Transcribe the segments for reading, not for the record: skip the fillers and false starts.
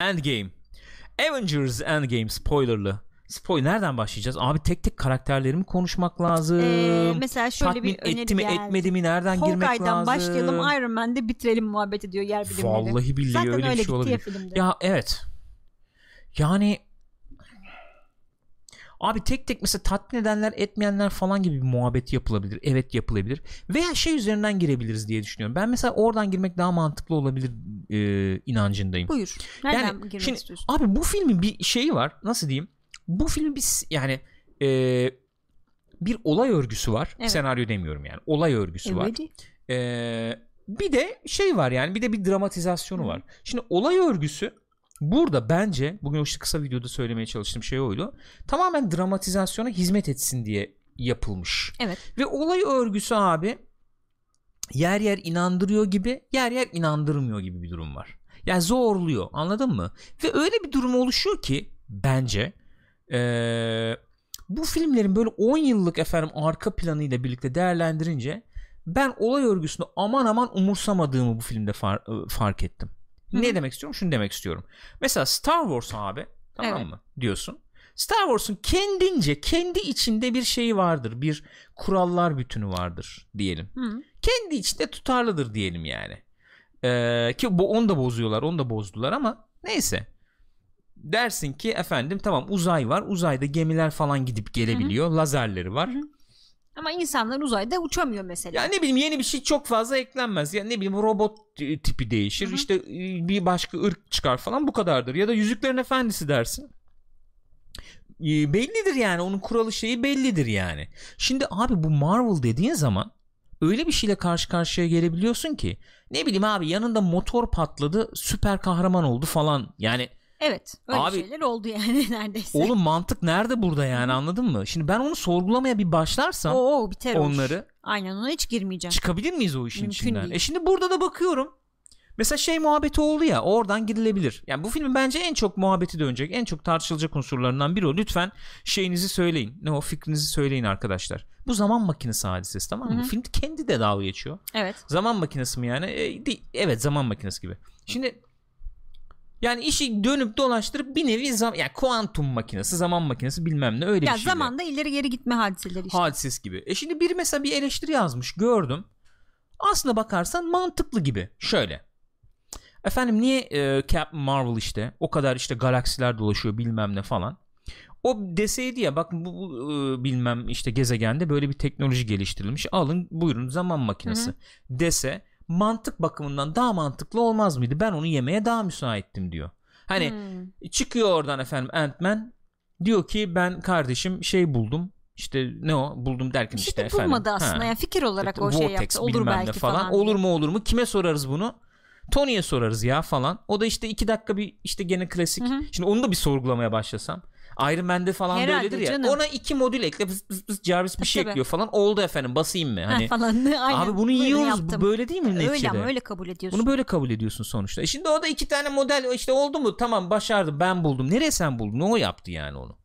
Endgame. Avengers Endgame spoilerlı. Nereden başlayacağız? Abi tek tek karakterlerimi konuşmak lazım. Mesela şöyle Tatmin bir öneri etti mi geldi. etmedi mi nereden girmek Hawkeye'dan lazım? başlayalım, Iron Man'de bitirelim muhabbeti diyor yer bilimleri. Vallahi billahi zaten öyle bir şey gitti olabilir. ya filmde. Ya evet. Yani abi tek tek mesela tatmin edenler etmeyenler falan gibi bir muhabbet yapılabilir. Evet, yapılabilir. Veya şey üzerinden girebiliriz diye düşünüyorum. Ben mesela oradan girmek daha mantıklı olabilir inancındayım. Buyur. Nereden yani, girmek şimdi, istiyorsun? Abi bu filmin bir şeyi var. Nasıl diyeyim? Bu filmin bir yani bir olay örgüsü var. Evet. Senaryo demiyorum yani. Olay örgüsü var. Bir de şey var yani. Bir de bir dramatizasyonu var. Şimdi olay örgüsü burada bence bugün işte kısa videoda söylemeye çalıştığım şey oydu. Tamamen dramatizasyona hizmet etsin diye yapılmış. Evet. Ve olay örgüsü abi yer yer inandırıyor gibi, yer yer inandırmıyor gibi bir durum var. Yani zorluyor, anladın mı? Ve öyle bir durum oluşuyor ki bence bu filmlerin böyle 10 yıllık arka planıyla birlikte değerlendirince ben olay örgüsünü aman aman umursamadığımı bu filmde fark ettim. Hı-hı. Ne demek istiyorum? Şunu demek istiyorum. Mesela Star Wars abi, tamam mı diyorsun. Star Wars'un kendince kendi içinde bir şeyi vardır. Bir kurallar bütünü vardır diyelim. Hı. Kendi içinde tutarlıdır diyelim yani. Ki onu da bozuyorlar, onu da bozdular ama neyse. Dersin ki efendim tamam, uzay var. Uzayda gemiler falan gidip gelebiliyor. Hı-hı. Lazerleri var. Hı-hı. Ama insanlar uzayda uçamıyor mesela. Ya ne bileyim, yeni bir şey çok fazla eklenmez. Ya ne bileyim, robot tipi değişir. Hı-hı. İşte bir başka ırk çıkar falan, bu kadardır. Ya da Yüzüklerin Efendisi dersin. Bellidir yani, onun kuralı şeyi bellidir yani. Şimdi abi bu Marvel dediğin zaman öyle bir şeyle karşı karşıya gelebiliyorsun ki, ne bileyim abi, yanında motor patladı, süper kahraman oldu falan yani. Evet, öyle abi, şeyler oldu yani neredeyse. Oğlum mantık nerede burada yani, anladın mı? Şimdi ben onu sorgulamaya bir başlarsam biter onları. Aynen, ona hiç girmeyeceğim. Çıkabilir miyiz o işin mümkün içinden? Değil. Şimdi burada da bakıyorum. Mesela şey muhabbeti oldu ya, oradan gidilebilir. Yani bu filmin bence en çok muhabbeti dönecek, en çok tartışılacak unsurlarından biri o. Lütfen şeyinizi söyleyin. Ne o, fikrinizi söyleyin arkadaşlar. Bu zaman makinesi hadisesi, tamam mı? Hı-hı. Film kendi de dalga geçiyor. Evet. Zaman makinesi mi yani? Evet, zaman makinesi gibi. Şimdi yani işi dönüp dolaştırıp bir nevi yani kuantum makinesi, zaman makinesi bilmem ne, öyle ya bir şey. Zamanda ileri geri gitme hadiseleri işte. Hadisesi gibi. Şimdi biri mesela bir eleştiri yazmış, gördüm. Aslına bakarsan mantıklı gibi. Şöyle. Efendim niye Captain Marvel işte o kadar işte galaksiler dolaşıyor bilmem ne falan. O deseydi ya, bakın bu bilmem işte gezegende böyle bir teknoloji geliştirilmiş, alın buyurun zaman makinesi. Hı-hı. Dese mantık bakımından daha mantıklı olmaz mıydı? Ben onu yemeye daha müsaittim diyor. Hani çıkıyor oradan efendim Ant-Man, diyor ki ben kardeşim şey buldum. İşte ne o buldum derken işte efendim. Bulmadı aslında yani, fikir olarak işte, o şey yaptı. Olur belki falan. Olur mu olur mu? Kime sorarız bunu? Tony'ye sorarız ya falan. O da işte 2 dakika bir işte gene klasik. Hı-hı. Şimdi onu da bir sorgulamaya başlasam. Iron Man'de falan herhalde böyledir ya. Canım. Ona 2 modül ekle, pıs Jarvis bir şey ekliyor falan. Oldu efendim, basayım mı? Hani falan. Abi bunu yiyoruz. Bu böyle değil mi neticede? Öyle ama öyle kabul ediyorsun. Bunu böyle kabul ediyorsun sonuçta. Şimdi o da 2 tane model işte oldu mu? Tamam, başardım, ben buldum. Nereye sen buldun? O yaptı yani onu.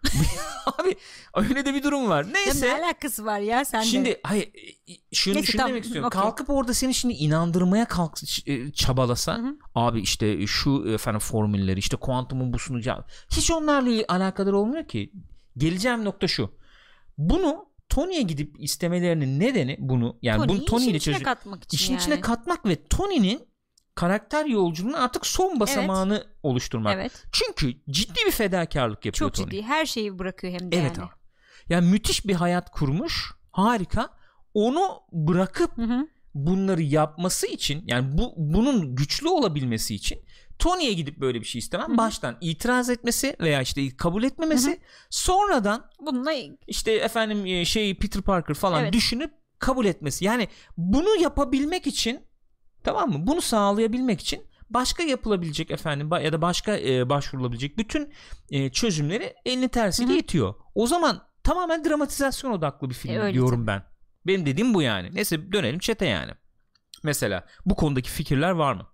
Abi öyle de bir durum var. Neyse. Ya ne alakası var ya sende? Şimdi hayır, şunu demek istiyorum. Okay. Kalkıp orada seni şimdi inandırmaya çabalasa, hı-hı, abi işte şu efendim formülleri, işte kuantumun bu sunacağı, hiç onlarla alakadar olmuyor ki. Geleceğim nokta şu. Bunu Tony'ye gidip istemelerinin nedeni bunu, yani bunu Tony ile işin katmak için işin yani. içine katmak ve Tony'nin karakter yolculuğunun artık son basamağını oluşturmak. Evet. Çünkü ciddi bir fedakarlık yapıyor Çok Tony. Çok ciddi. Her şeyi bırakıyor hem de evet yani. Abi. Yani müthiş bir hayat kurmuş. Harika. Onu bırakıp bunları yapması için, yani bunun güçlü olabilmesi için Tony'ye gidip böyle bir şey istemem. Baştan itiraz etmesi veya işte kabul etmemesi. Sonradan bununla işte efendim Peter Parker falan düşünüp kabul etmesi. Yani bunu yapabilmek için, tamam mı? Bunu sağlayabilmek için başka yapılabilecek efendim ya da başka başvurulabilecek bütün çözümleri elini tersiyle itiyor. O zaman tamamen dramatizasyon odaklı bir film diyorum ben. Benim dediğim bu yani. Neyse, dönelim chat'e yani. Mesela bu konudaki fikirler var mı?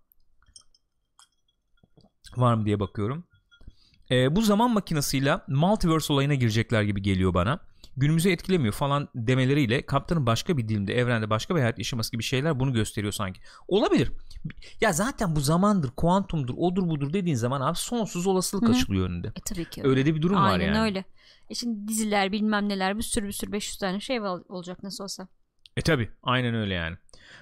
Var mı diye bakıyorum. Bu zaman makinesiyle multiverse olayına girecekler gibi geliyor bana. günümüzü etkilemiyor falan demeleriyle kaptanın başka bir dilimde, evrende başka bir hayat yaşaması gibi şeyler bunu gösteriyor sanki. Olabilir. Ya zaten bu zamandır, kuantumdur, odur budur dediğin zaman abi sonsuz olasılık açılıyor önünde. Tabii ki. Öyle de bir durum var yani. Aynen öyle. Şimdi diziler bilmem neler bir sürü 500 tane şey olacak nasıl olsa. Tabii aynen öyle yani.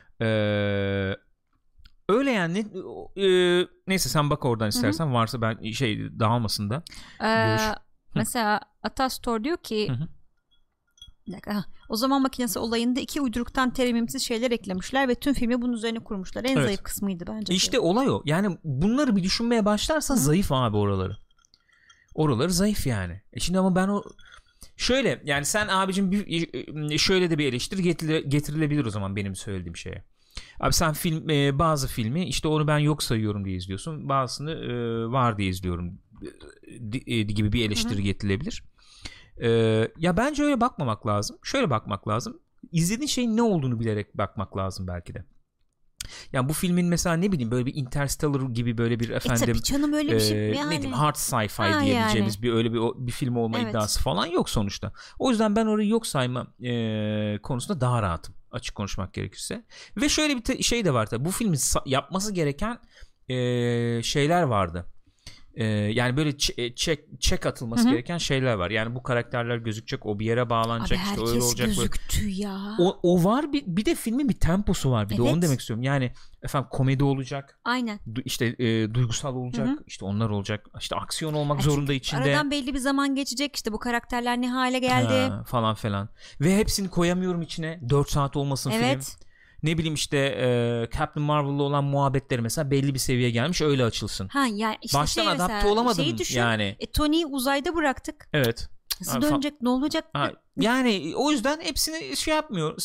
Öyle yani. Neyse sen bak oradan istersen, varsa ben dağılmasın da. Mesela Atastor diyor ki bir dakika, o zaman makinesi olayında 2 uyduruktan terimimsiz şeyler eklemişler ve tüm filmi bunun üzerine kurmuşlar. En zayıf kısmıydı bence. İşte olay o. Yani bunları bir düşünmeye başlarsan zayıf abi oraları. Oraları zayıf yani. Şimdi ama ben şöyle yani sen abicim şöyle de bir eleştiri getirilebilir o zaman benim söylediğim şeye. Abi sen bazı filmi işte onu ben yok sayıyorum diye izliyorsun. Bazısını var diye izliyorum gibi bir eleştiri getirilebilir. Ya bence öyle bakmamak lazım. Şöyle bakmak lazım. İzlediğin şeyin ne olduğunu bilerek bakmak lazım belki de. Yani bu filmin mesela ne bileyim böyle bir Interstellar gibi böyle bir efendim tabii canım öyle bir şey yani. Ne diyeyim hard sci-fi diyebileceğimiz bir öyle bir film olma iddiası falan yok sonuçta. O yüzden ben orayı yok sayma konusunda daha rahatım, açık konuşmak gerekirse. Ve şöyle bir şey de var tabii. Bu filmin yapması gereken şeyler vardı. Yani böyle check atılması gereken şeyler var. Yani bu karakterler gözükecek, o bir yere bağlanacak, abi işte öyle olacak. Gözüktü ya. O var, bir de filmin bir temposu var, bir de onu demek istiyorum. Yani efendim komedi olacak. Aynen. İşte duygusal olacak, işte onlar olacak. İşte aksiyon olmak zorunda içinde. Aradan belli bir zaman geçecek, işte bu karakterler ne hale geldi falan falan. Ve hepsini koyamıyorum içine. 4 saat olmasın film. Ne bileyim işte Captain Marvel'la olan muhabbetleri mesela belli bir seviyeye gelmiş, öyle açılsın. Yani işte baştan adapte olamadım yani. Tony'yi uzayda bıraktık. Evet. Nasıl dönecek, ne olacak? Yani o yüzden hepsini yapmıyor.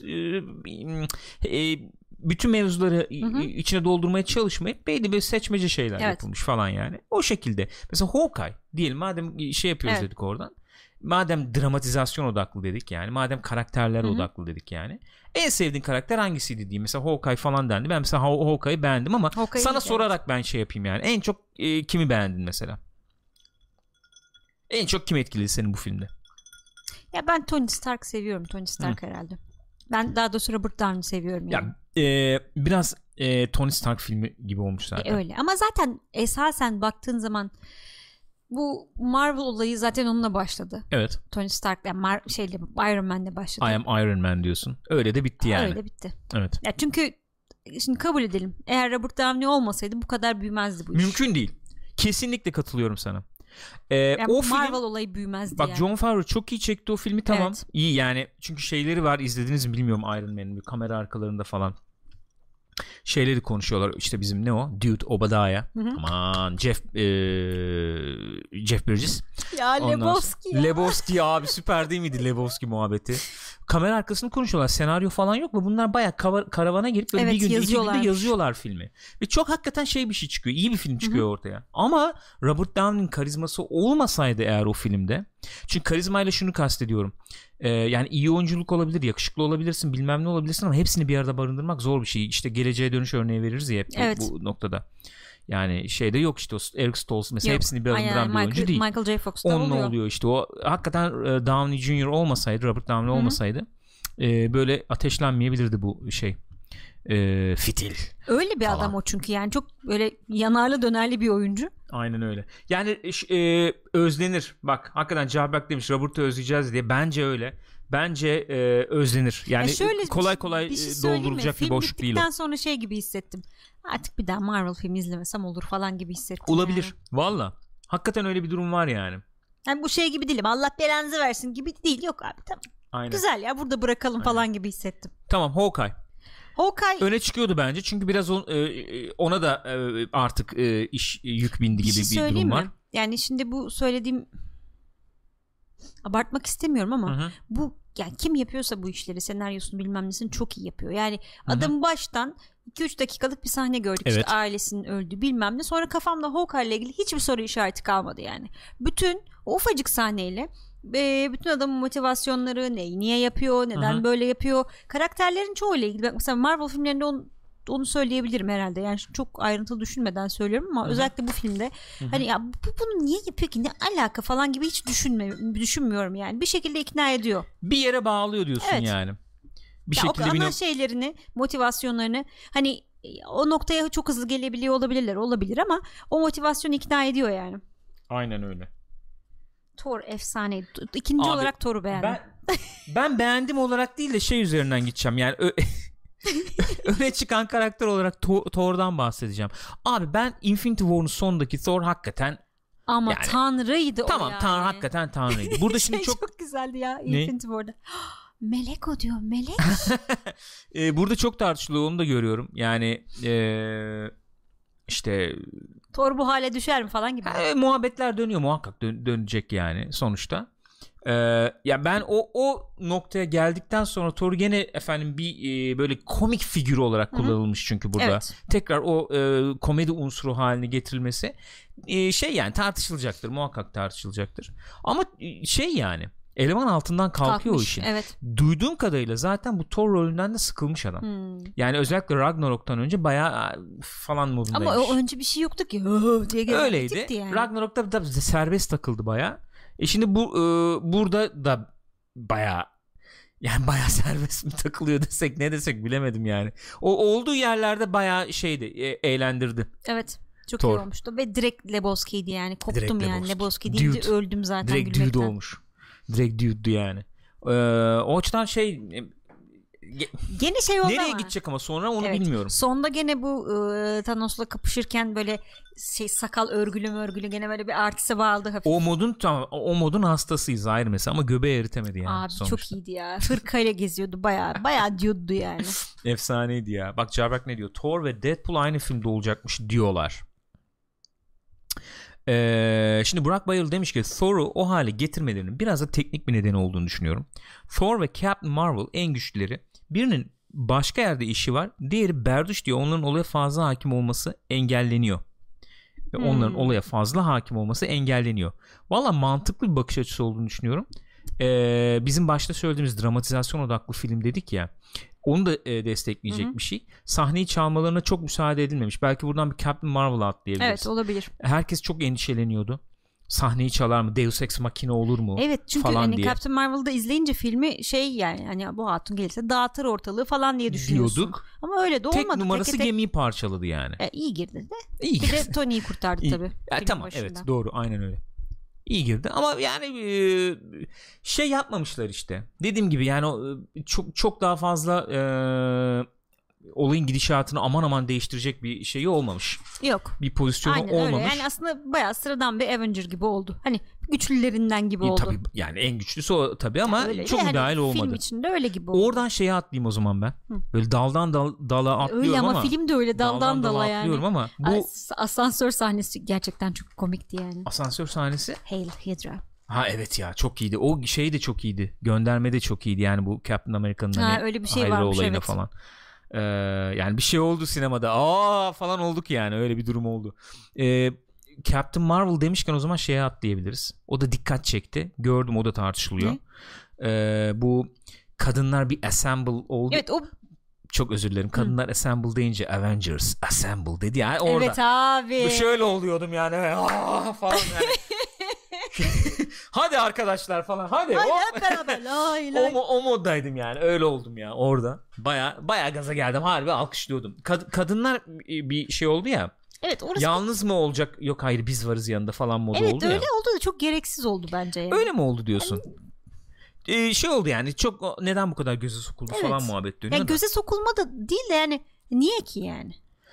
Bütün mevzuları içine doldurmaya çalışmayıp belli bir seçmece şeyler yapılmış falan yani. O şekilde. Mesela Hawkeye diyelim, madem yapıyoruz dedik oradan. Madem dramatizasyon odaklı dedik yani. Madem karakterler odaklı dedik yani. En sevdiğin karakter hangisiydi diyeyim. Mesela Hawkeye falan dendi. Ben mesela Hawkeye'yi beğendim ama sana sorarak ben yapayım yani. En çok kimi beğendin mesela? En çok kim etkiledi seni bu filmde? Ya ben Tony Stark seviyorum. Tony Stark herhalde. Ben daha doğrusu Robert Downey seviyorum yani. Ya biraz Tony Stark filmi gibi olmuş zaten. Öyle ama zaten esasen baktığın zaman bu Marvel olayı zaten onunla başladı. Evet. Tony Stark yani Iron Man'le başladı. I am Iron Man diyorsun. Öyle de bitti yani. Öyle bitti. Evet. Ya çünkü şimdi kabul edelim. Eğer Robert Downey olmasaydı bu kadar büyümezdi bu iş. Mümkün değil. Kesinlikle katılıyorum sana. Yani o Marvel film, olayı büyümezdi bak yani. Jon Favreau çok iyi çekti o filmi, tamam. İyi yani, çünkü şeyleri var, izlediniz mi bilmiyorum Iron Man'in kamera arkalarında falan. Şeyleri konuşuyorlar işte, bizim ne o? Dude Obadiah. Aman Jeff Bridges. Ya Lebowski ya. Lebowski abi süper değil miydi Lebowski muhabbeti? Kamera arkasını konuşuyorlar. Senaryo falan yok mu? Bunlar bayağı karavana girip böyle bir günde 2 günde yazıyorlar filmi. Ve çok hakikaten bir şey çıkıyor. İyi bir film çıkıyor ortaya. Ama Robert Downey'nin karizması olmasaydı eğer o filmde. Çünkü karizmayla şunu kastediyorum. Yani iyi oyunculuk olabilir, yakışıklı olabilirsin, bilmem ne olabilirsin ama hepsini bir arada barındırmak zor bir şey. İşte Geleceğe Dönüş örneği veririz ya bu noktada. Yani şeyde yok işte, o Eric Stoltz mesela hepsini barındıran bir oyuncu değil. Michael J. Fox'ta oluyor işte o. Hakikaten Downey Jr. olmasaydı, Robert Downey olmasaydı böyle ateşlenmeyebilirdi bu fitil. Öyle bir adam o çünkü yani çok böyle yanarlı dönerli bir oyuncu. Aynen öyle. Yani özlenir. Bak hakikaten Cabrak demiş Robert'ı özleyeceğiz diye. Bence öyle. Bence özlenir. Yani kolay doldurulacak bir boşluk değil o. Film sonra gibi hissettim. Artık bir daha Marvel filmi izlemesem olur falan gibi hissettim. Olabilir. Yani. Valla. Hakikaten öyle bir durum var yani. Yani bu gibi değilim. Allah belanızı versin gibi değil. Yok abi tamam. Aynen. Güzel ya, burada bırakalım falan gibi hissettim. Tamam, Hawkeye öne çıkıyordu bence çünkü biraz ona da artık iş yük bindi gibi bir durum var. Yani şimdi bu söylediğim, abartmak istemiyorum ama bu yani kim yapıyorsa bu işleri, senaryosunu bilmem nesini çok iyi yapıyor. Yani adam baştan 2-3 dakikalık bir sahne gördük işte ailesinin öldüğü bilmem ne, sonra kafamda Hawkeye ile ilgili hiçbir soru işareti kalmadı yani. Bütün o ufacık sahneyle bütün adamın motivasyonları, niye yapıyor, neden böyle yapıyor, karakterlerin çoğuyla ilgili. Mesela Marvel filmlerinde onu söyleyebilirim herhalde. Yani çok ayrıntılı düşünmeden söylüyorum ama özellikle bu filmde hani ya bunu niye yapıyor ki, ne alaka falan gibi hiç düşünmüyorum yani. Bir şekilde ikna ediyor. Bir yere bağlıyor diyorsun yani. Bir şekilde ana şeylerini, motivasyonlarını hani o noktaya çok hızlı gelebiliyor olabilir ama o motivasyon ikna ediyor yani. Aynen öyle. Thor efsane. İkinci olarak Thor'u beğendim. Ben beğendim olarak değil de şey üzerinden gideceğim. Yani öne çıkan karakter olarak Thor'dan bahsedeceğim. Abi ben Infinity War'un sonundaki Thor hakikaten ama yani, tanrıydı tamam, o yani. Tamam hakikaten tanrıydı. Burada şimdi çok güzeldi ya Infinity War'da. Melek o diyor, melek. Burada çok tartışılıyor, onu da görüyorum. Yani işte Thor bu hale düşer mi falan gibi. Muhabbetler dönüyor, muhakkak dönecek yani sonuçta. Ya ben o noktaya geldikten sonra Thor gene efendim bir böyle komik figür olarak kullanılmış çünkü burada. Evet. Tekrar o komedi unsuru haline getirilmesi şey yani tartışılacaktır, muhakkak tartışılacaktır. Ama şey yani eleman altından kalkıyor o işin. Evet. Duyduğum kadarıyla zaten bu Thor rolünden de sıkılmış adam. Yani özellikle Ragnarok'tan önce bayağı falan modundaymış. Ama o önce bir şey yoktu ki. Diye öyleydi. Yani. Ragnarok'ta da serbest takıldı bayağı. Şimdi burada da bayağı yani serbest mi takılıyor desek ne desek bilemedim yani. O olduğu yerlerde bayağı şeydi, eğlendirdi. Evet. Çok Thor. İyi olmuştu ve direkt Lebowski'ydi yani. Koptum direkt yani. Lebowski deyince dude. Öldüm zaten direkt gülmekten. Direkt dude olmuş. Direkt dude'du yani. O açıdan şey gene şey oldu nereye ama. Gidecek ama sonra onu bilmiyorum. Sonda gene bu Thanos'la kapışırken böyle şey sakal örgülü gene böyle bir artiste bağladı hafif. O modun hastasıyız ayrı mesela ama göbeği eritemedi yani. Abi sonuçta. Çok iyiydi ya. Hırkayla geziyordu bayağı diyordu yani. Efsaneydi ya. Bak Cabrak ne diyor? Thor ve Deadpool aynı filmde olacakmış diyorlar. Şimdi Burak Bayıl demiş ki Thor'u o hale getirmelerinin biraz da teknik bir nedeni olduğunu düşünüyorum. Thor ve Captain Marvel en güçlüleri. Birinin başka yerde işi var, diğeri berduş diye onların olaya fazla hakim olması engelleniyor. Ve onların olaya fazla hakim olması engelleniyor. Valla mantıklı bir bakış açısı olduğunu düşünüyorum. Bizim başta söylediğimiz dramatizasyon odaklı film dedik ya, onu da destekleyecek bir şey. Sahneyi çalmalarına çok müsaade edilmemiş. Belki buradan bir Captain Marvel'a atlayabiliriz. Evet, olabilir. Herkes çok endişeleniyordu. Sahneyi çalar mı? Deus Ex Machina olur mu? Evet, çünkü falan hani diye. Captain Marvel'da izleyince filmi şey yani hani bu hatun gelirse dağıtır ortalığı falan diye düşünüyorsun. Diyorduk. Ama öyle de olmadı. Tek numarası gemiyi parçaladı yani. İyi girdi de. Bir de Tony'yi kurtardı tabii. Tamam başında. Evet doğru aynen öyle. İyi girdi ama yani şey yapmamışlar işte. Dediğim gibi yani çok daha fazla olayın gidişatını aman değiştirecek bir şeyi olmamış. Yok. Bir pozisyonu aynen olmamış. Öyle. Yani aslında bayağı sıradan bir Avenger gibi oldu. Hani güçlülerinden gibi oldu. Tabii yani en güçlüsü o tabii ama öyle, çok müdahale olmadı. Film içinde öyle gibi oldu. Oradan şeye atlayayım o zaman ben. Böyle daldan dala atlıyorum öyle ama. Film de öyle daldan dala yani. Atlıyorum ama bu asansör sahnesi gerçekten çok komikti yani. Asansör sahnesi? Hail Hydra. Ha evet ya çok iyiydi. O şey de çok iyiydi. Gönderme de çok iyiydi yani bu Captain America'nın hani öyle bir şey varmış olayına evet. falan. Yani bir şey oldu sinemada. Falan olduk yani öyle bir durum oldu. Captain Marvel demişken o zaman şeye atlayabiliriz. O da dikkat çekti. Gördüm o da tartışılıyor. Bu kadınlar bir assemble oldu. Evet o çok özür dilerim. Kadınlar assemble deyince Avengers assemble dedi yani orada. Evet abi. Şöyle oluyordum yani. Falan yani. Hadi arkadaşlar falan. Hadi hep beraber. O moddaydım yani. Öyle oldum ya orada. Baya gaza geldim. Harbi alkışlıyordum. Kadınlar bir şey oldu ya. Evet, orası... Yalnız mı olacak? Yok hayır biz varız yanında falan modu oldu ya. Evet öyle oldu da çok gereksiz oldu bence. Yani. Öyle mi oldu diyorsun? Şey oldu yani çok neden bu kadar göze sokuldu falan muhabbet dönüyor yani göze sokulma da değil de yani niye ki yani?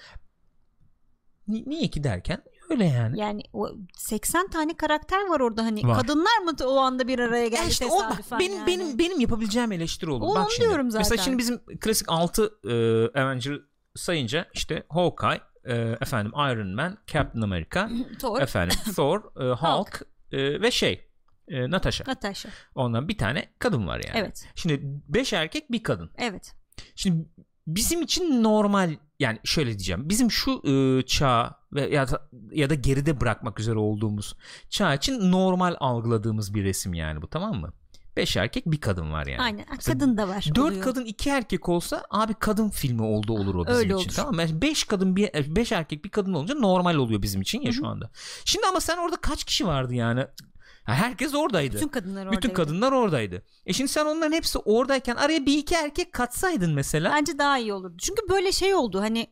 Niye ki derken öyle yani. Yani o 80 tane karakter var orada hani var. Kadınlar mı o anda bir araya geldi işte tesadüfen benim yapabileceğim eleştiri oldu. Bak şimdi. Diyorum zaten. Mesela şimdi bizim klasik 6 Avenger sayınca işte Hawkeye, Iron Man, Captain America, Thor, Hulk ve Natasha. Ondan bir tane kadın var yani. Evet. Şimdi 5 erkek bir kadın. Evet. Şimdi bizim için normal yani şöyle diyeceğim. Bizim şu çağ ya da geride bırakmak üzere olduğumuz çağ için normal algıladığımız bir resim yani bu, tamam mı? 5 erkek bir kadın var yani. Aynen. Kadın da var. 4 kadın 2 erkek olsa abi kadın filmi olur o bizim öyle için. olur. Tamam mı? Yani 5 erkek bir kadın olunca normal oluyor bizim için ya şu anda. Şimdi ama sen orada kaç kişi vardı yani? Herkes oradaydı. Bütün kadınlar oradaydı. Şimdi sen onların hepsi oradayken araya bir iki erkek katsaydın mesela. Bence daha iyi olurdu. Çünkü böyle şey oldu hani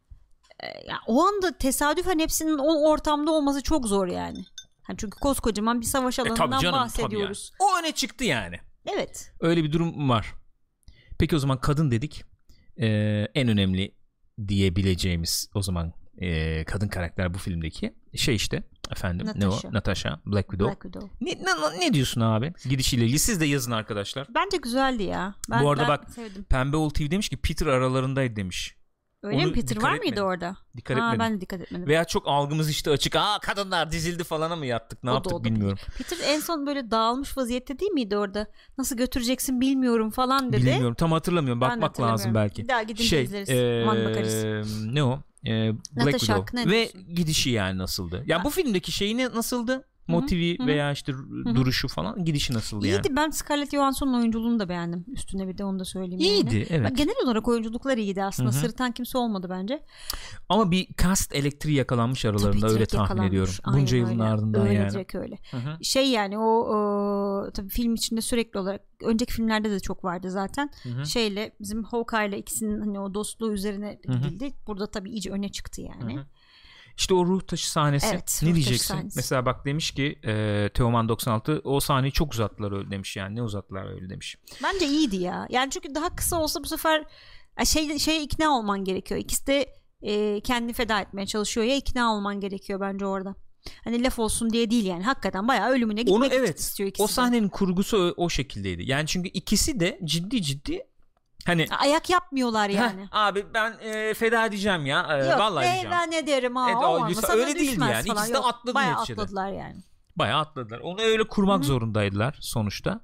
o anda tesadüfen hepsinin o ortamda olması çok zor yani. Çünkü koskocaman bir savaş alanından bahsediyoruz. Yani. O öne çıktı yani. Evet. Öyle bir durum var. Peki o zaman kadın dedik. En önemli diyebileceğimiz o zaman kadın karakter bu filmdeki işte efendim Natasha. Natasha Black Widow. Ne diyorsun abi? Gidişiyle ilgili siz de yazın arkadaşlar. Bence güzeldi ya. Bu arada bak sevdim. Pembe Oğul TV demiş ki Peter aralarındaydı demiş. Öyle mi? Peter var mıydı etmedim. orada? Dikkat etmedim. Ben de dikkat etmedim. Veya çok algımız işte açık. Kadınlar dizildi falana mı yattık? Ne yaptık bilmiyorum. Peter en son böyle dağılmış vaziyette değil miydi orada? Nasıl götüreceksin bilmiyorum falan dedi. Bilmiyorum. Tam hatırlamıyorum. Bakmak lazım belki. Bir daha gidince izleriz. Bakarız. Ne o? Black Widow. Ve gidişi yani nasıldı? Ya bu filmdeki şeyi nasıldı? Motivi veya işte duruşu falan gidişi nasıldı yani? İyiydi. Ben Scarlett Johansson'un oyunculuğunu da beğendim. Üstüne bir de onu da söyleyeyim. İyiydi yani. evet. Genel olarak oyunculuklar iyiydi aslında. Sırıtan kimse olmadı bence. Ama bir cast elektriği yakalanmış aralarında öyle tahmin ediyorum. Bunca yılın ardından öyle, yani. Direkt öyle. Şey yani o tabii film içinde sürekli olarak önceki filmlerde de çok vardı zaten. Şeyle bizim Hawkeye'yle ikisinin hani o dostluğu üzerine gidildi. Burada tabii iyice öne çıktı yani. İşte o ruh taşı sahnesi. Evet, ne diyeceksin? Mesela bak demiş ki Teoman 96 o sahneyi çok uzattılar öyle demiş yani. Ne uzattılar öyle demiş. Bence iyiydi ya. Yani çünkü daha kısa olsa bu sefer şeye ikna olman gerekiyor. İkisi de kendini feda etmeye çalışıyor ya, ikna olman gerekiyor bence orada. Hani laf olsun diye değil yani. Hakikaten bayağı ölümüne gitmek istiyor ikisi. O sahnenin kurgusu o şekildeydi. Yani çünkü ikisi de ciddi hani ayak yapmıyorlar yani. Abi ben feda edeceğim ya. Yok, vallahi diyeceğim. Ben ne derim öyle değildi yani. İkisi de atladı bayağı neticede. Atladılar yani. Bayağı atladılar. Onu öyle kurmak zorundaydılar sonuçta.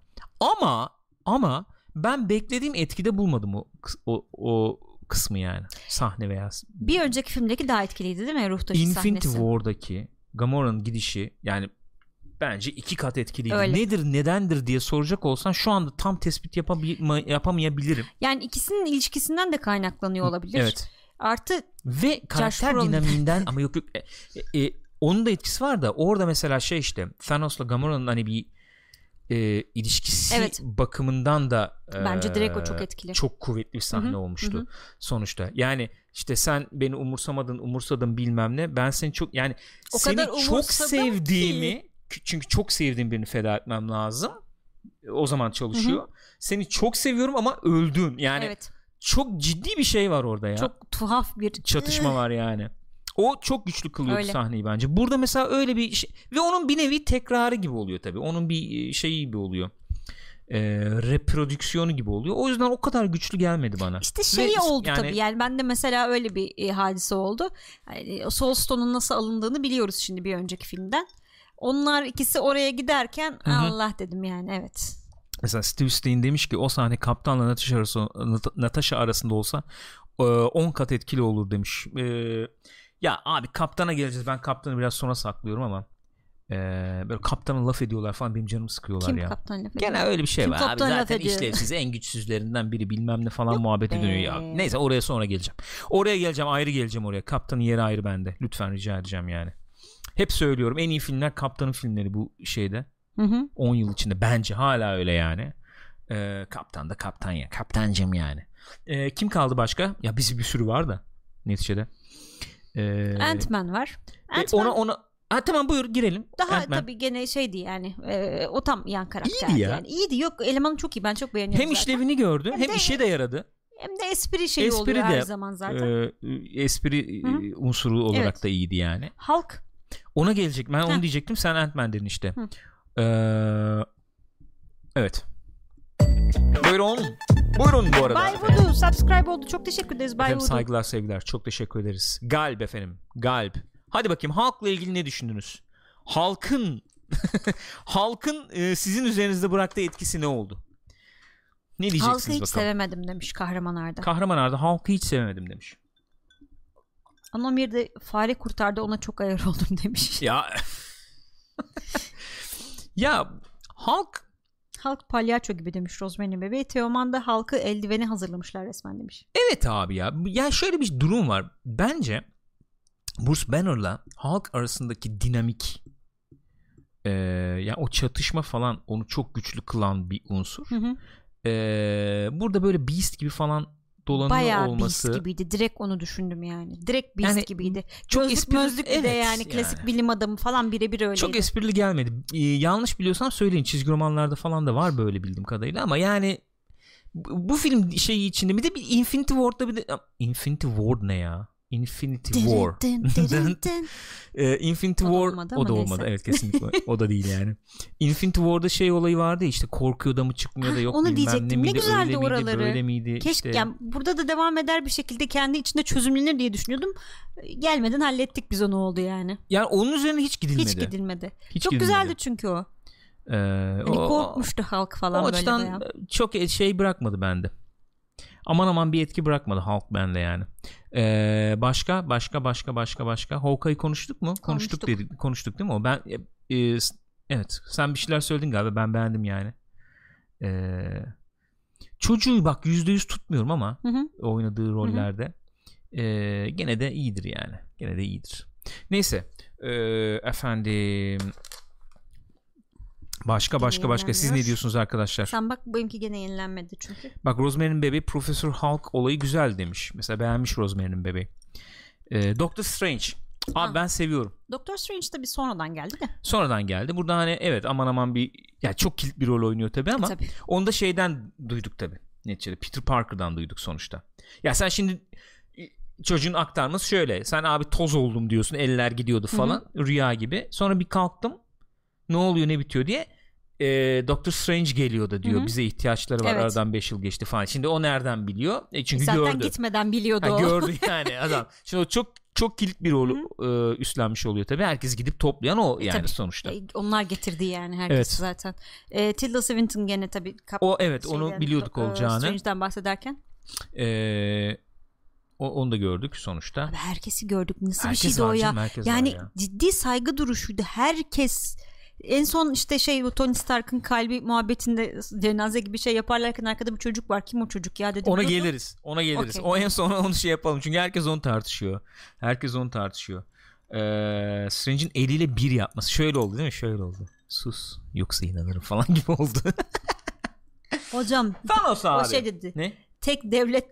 Ama ben beklediğim etkide bulmadım o kısmı yani. Sahne veya. Bir önceki filmdeki daha etkiliydi değil mi? Ruh taşı sahnesi. Infinity War'daki Gamora'nın gidişi yani bence 2 kat etkiliydi. Öyle. Nedir, nedendir diye soracak olsan şu anda tam tespit yapamayabilirim. Yani ikisinin ilişkisinden de kaynaklanıyor olabilir. Evet. Artı ve karakter dinamiğinden ama yok onun da etkisi var da orada mesela işte Thanos'la Gamora'nın hani bir ilişkisi bakımından da bence direkt o çok etkili. Çok kuvvetli bir sahne olmuştu sonuçta. Yani işte sen beni umursadın bilmem ne. Ben seni çok yani o seni çok sevdiğimi ki. Çünkü çok sevdiğim birini feda etmem lazım. O zaman çalışıyor. Seni çok seviyorum ama öldün. Yani çok ciddi bir şey var orada ya. Çok tuhaf bir çatışma var yani. O çok güçlü kılıyor bu sahneyi bence. Burada mesela öyle bir şey ve onun bir nevi tekrarı gibi oluyor tabii. Onun bir şeyi gibi oluyor. Reprodüksiyonu gibi oluyor. O yüzden o kadar güçlü gelmedi bana. İşte oldu yani, tabii. Yani bende mesela öyle bir hadise oldu. Yani Soul Stone'un nasıl alındığını biliyoruz şimdi bir önceki filmden. Onlar ikisi oraya giderken Allah dedim yani evet. Mesela Steve Stein demiş ki o sahne kaptanla Natasha arasında olsa 10 kat etkili olur demiş. Ya abi kaptana geleceğiz. Ben kaptanı biraz sonra saklıyorum ama böyle kaptana laf ediyorlar falan benim canımı sıkıyorlar. Kim kaptan laf ediyor? Gene öyle bir şey var. Abi zaten işlevsiz en güçsüzlerinden biri bilmem ne falan muhabbeti dönüyor ya. Neyse oraya sonra geleceğim. Ayrı geleceğim oraya. Kaptanın yeri ayrı bende. Lütfen rica edeceğim yani. Hep söylüyorum en iyi filmler kaptanın filmleri bu şeyde. 10 yıl içinde bence hala öyle yani. Kaptan da kaptan ya. Kaptancım yani. Kim kaldı başka? Ya bir sürü var da neticede. Ant-Man var. Ona tamam buyur girelim. Daha Ant-Man. tabii gene şeydi yani o tam yan karakterdi. İyiydi ya. Yani. İyiydi yok elemanı çok iyi ben çok beğeniyorum hem zaten. işlevini gördü hem işe de yaradı. Hem de espri oluyor her zaman zaten. Espri unsuru olarak da iyiydi yani. Hulk. Ona gelecek. Ben onu diyecektim. Sen Ant-Man dedin işte. Evet. Buyurun bu arada. Bay Voodoo subscribe oldu. Çok teşekkür ederiz Bay Voodoo. Saygılar sevgiler. Çok teşekkür ederiz. Galp efendim. Galp. Hadi bakayım Hulk'la ilgili ne düşündünüz? Hulk'ın sizin üzerinizde bıraktığı etkisi ne oldu? Ne diyeceksiniz Hulk'ı hiç bakalım? sevemedim demiş Kahraman Arda. Kahraman Arda Hulk'ı hiç sevemedim demiş. Anomir'de fare kurtardı ona çok ayar oldum demiş. Ya Hulk Hulk palyaço gibi demiş Rosemary'nin Bebeği. Teoman da Hulk'ı eldiveni hazırlamışlar resmen demiş. Evet abi ya. Ya şöyle bir durum var. Bence Bruce Banner'la Hulk arasındaki dinamik yani o çatışma falan onu çok güçlü kılan bir unsur. Burada böyle Beast gibi falan dolanıyor bayağı olması. Beast gibiydi. Direkt onu düşündüm yani. Direkt Beast yani, gibiydi. Çok Gözlük bir de yani klasik bilim adamı falan birebir öyleydi. Çok esprili gelmedi. Yanlış biliyorsam söyleyin. Çizgi romanlarda falan da var böyle bildiğim kadarıyla ama yani bu film şeyi içinde bir de bir Infinity War'da bir de Infinity War ne ya? Infinity War. Infinity War o da olmadı. Evet kesinlikle. O da değil yani. Infinity War'da şey olayı vardı işte korkuyor da mı çıkmıyor da yok onu bilmem diyecektim. ne miydi, ne güzeldi öyle oraları. miydi, böyle miydi? Keşke işte. yani burada da devam eder bir şekilde kendi içinde çözümlenir diye düşünüyordum. Gelmeden hallettik biz onu oldu yani. Yani onun üzerine hiç gidilmedi. Hiç gidilmedi. Hiç çok gidilmedi. Güzeldi çünkü o. Hani korkmuştu Hulk falan o böyle açıdan bayağı. çok şey bırakmadı bende. Aman bir etki bırakmadı Hulk bende yani. Başka Hawkeye'yi konuştuk mu? Konuştuk değil mi o? Ben evet sen bir şeyler söyledin galiba, ben beğendim yani. Çocuğu bak %100 tutmuyorum ama oynadığı rollerde gene de iyidir yani. Gene de iyidir. Neyse efendim Başka siz ne diyorsunuz arkadaşlar? Sen bak benimki gene yenilenmedi çünkü. Bak Rosemary'nin Bebeği Profesör Hulk olayı güzel demiş. Mesela beğenmiş Rosemary'nin Bebeği. Doctor Strange. Abi ben seviyorum. Doctor Strange tabii sonradan geldi de. Sonradan geldi. Burada hani evet aman bir ya çok kilit bir rol oynuyor tabii ama onu da şeyden duyduk tabii. Neticede Peter Parker'dan duyduk sonuçta. Ya sen şimdi çocuğun aktarması şöyle. Sen abi toz oldum diyorsun. Eller gidiyordu falan. Rüya gibi. Sonra bir kalktım. Ne oluyor ne bitiyor diye Doctor Strange geliyor da diyor. Bize ihtiyaçları var. Aradan 5 yıl geçti falan. Şimdi o nereden biliyor? Çünkü zaten gördü. Gitmeden biliyordu o. Gördü yani adam. Şimdi o çok kilit bir rol üstlenmiş oluyor tabii. Herkes gidip toplayan o yani sonuçta. Onlar getirdi yani herkes zaten. Tilda Swinton gene tabii. O evet onu biliyorduk olacağını. Strange'den bahsederken. Onu da gördük sonuçta. Abi herkesi gördük. Nasıl herkes bir şeydi o ya? Yani ciddi saygı duruşuydu. Herkes en son işte Tony Stark'ın kalbi muhabbetinde cenaze gibi şey yaparlarken arkada bir çocuk var. Kim o çocuk ya dedim. Ona geliriz. Okay. O en son onu yapalım. Çünkü herkes onu tartışıyor. Strange'in eliyle bir yapması. Şöyle oldu değil mi? Şöyle oldu. Sus. Yoksa inanırım falan gibi oldu. Hocam. Thanos abi. O şey dedi. Ne? Tek devlet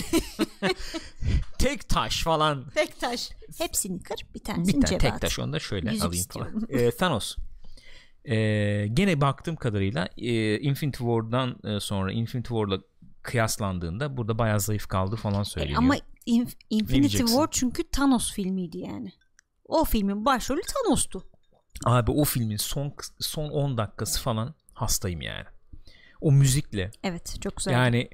tek taş falan. Tek taş. Hepsini kır bir tanesini cebe at. Tek taş onu da şöyle yüzük alayım istiyorum falan. Thanos. Gene baktığım kadarıyla Infinity War'dan sonra Infinity War'la kıyaslandığında burada bayağı zayıf kaldı falan söyleniyor. Ama Infinity War çünkü Thanos filmiydi yani. O filmin başrolü Thanos'tu. Abi o filmin son 10 dakikası falan hastayım yani. O müzikle. Evet çok güzel. Yani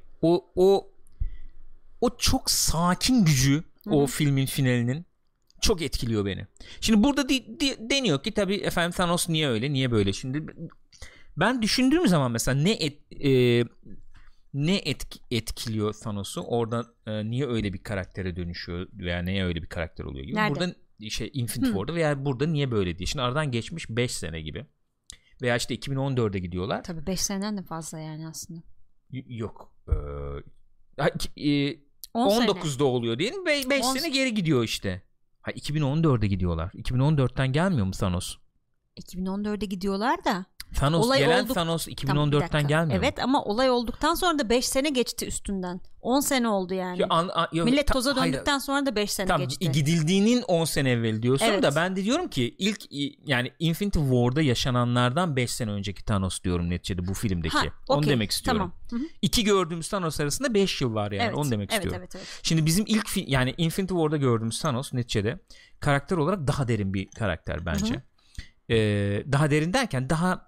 o çok sakin gücü o filmin finalinin çok etkiliyor beni. Şimdi burada deniyor ki tabii efendim Thanos niye öyle niye böyle. Şimdi ben düşündüğüm zaman mesela ne etkiliyor Thanos'u orada niye öyle bir karaktere dönüşüyor veya neye öyle bir karakter oluyor gibi. Nerede? Burada Infinity War'da veya burada niye böyle diye. Şimdi aradan geçmiş 5 sene gibi. Veya işte 2014'e gidiyorlar. Tabii 5 seneden de fazla yani aslında. Yok. 19'da oluyor diyelim. 5 sene geri gidiyor işte. 2014'e gidiyorlar. 2014'ten gelmiyor mu Thanos? 2014'e gidiyorlar da. Thanos 2014'ten gelmiyor. Evet ama olay olduktan sonra da 5 sene geçti üstünden. 10 sene oldu yani. Millet toza döndükten sonra da 5 sene geçti. Gidildiğinin 10 sene evvel diyorsun da ben de diyorum ki ilk yani Infinity War'da yaşananlardan 5 sene önceki Thanos diyorum neticede bu filmdeki. Onu demek istiyorum. Tamam. İki gördüğümüz Thanos arasında 5 yıl var yani. Onu demek istiyorum. Evet. Şimdi bizim ilk yani Infinity War'da gördüğümüz Thanos neticede karakter olarak daha derin bir karakter bence. Daha derin derken daha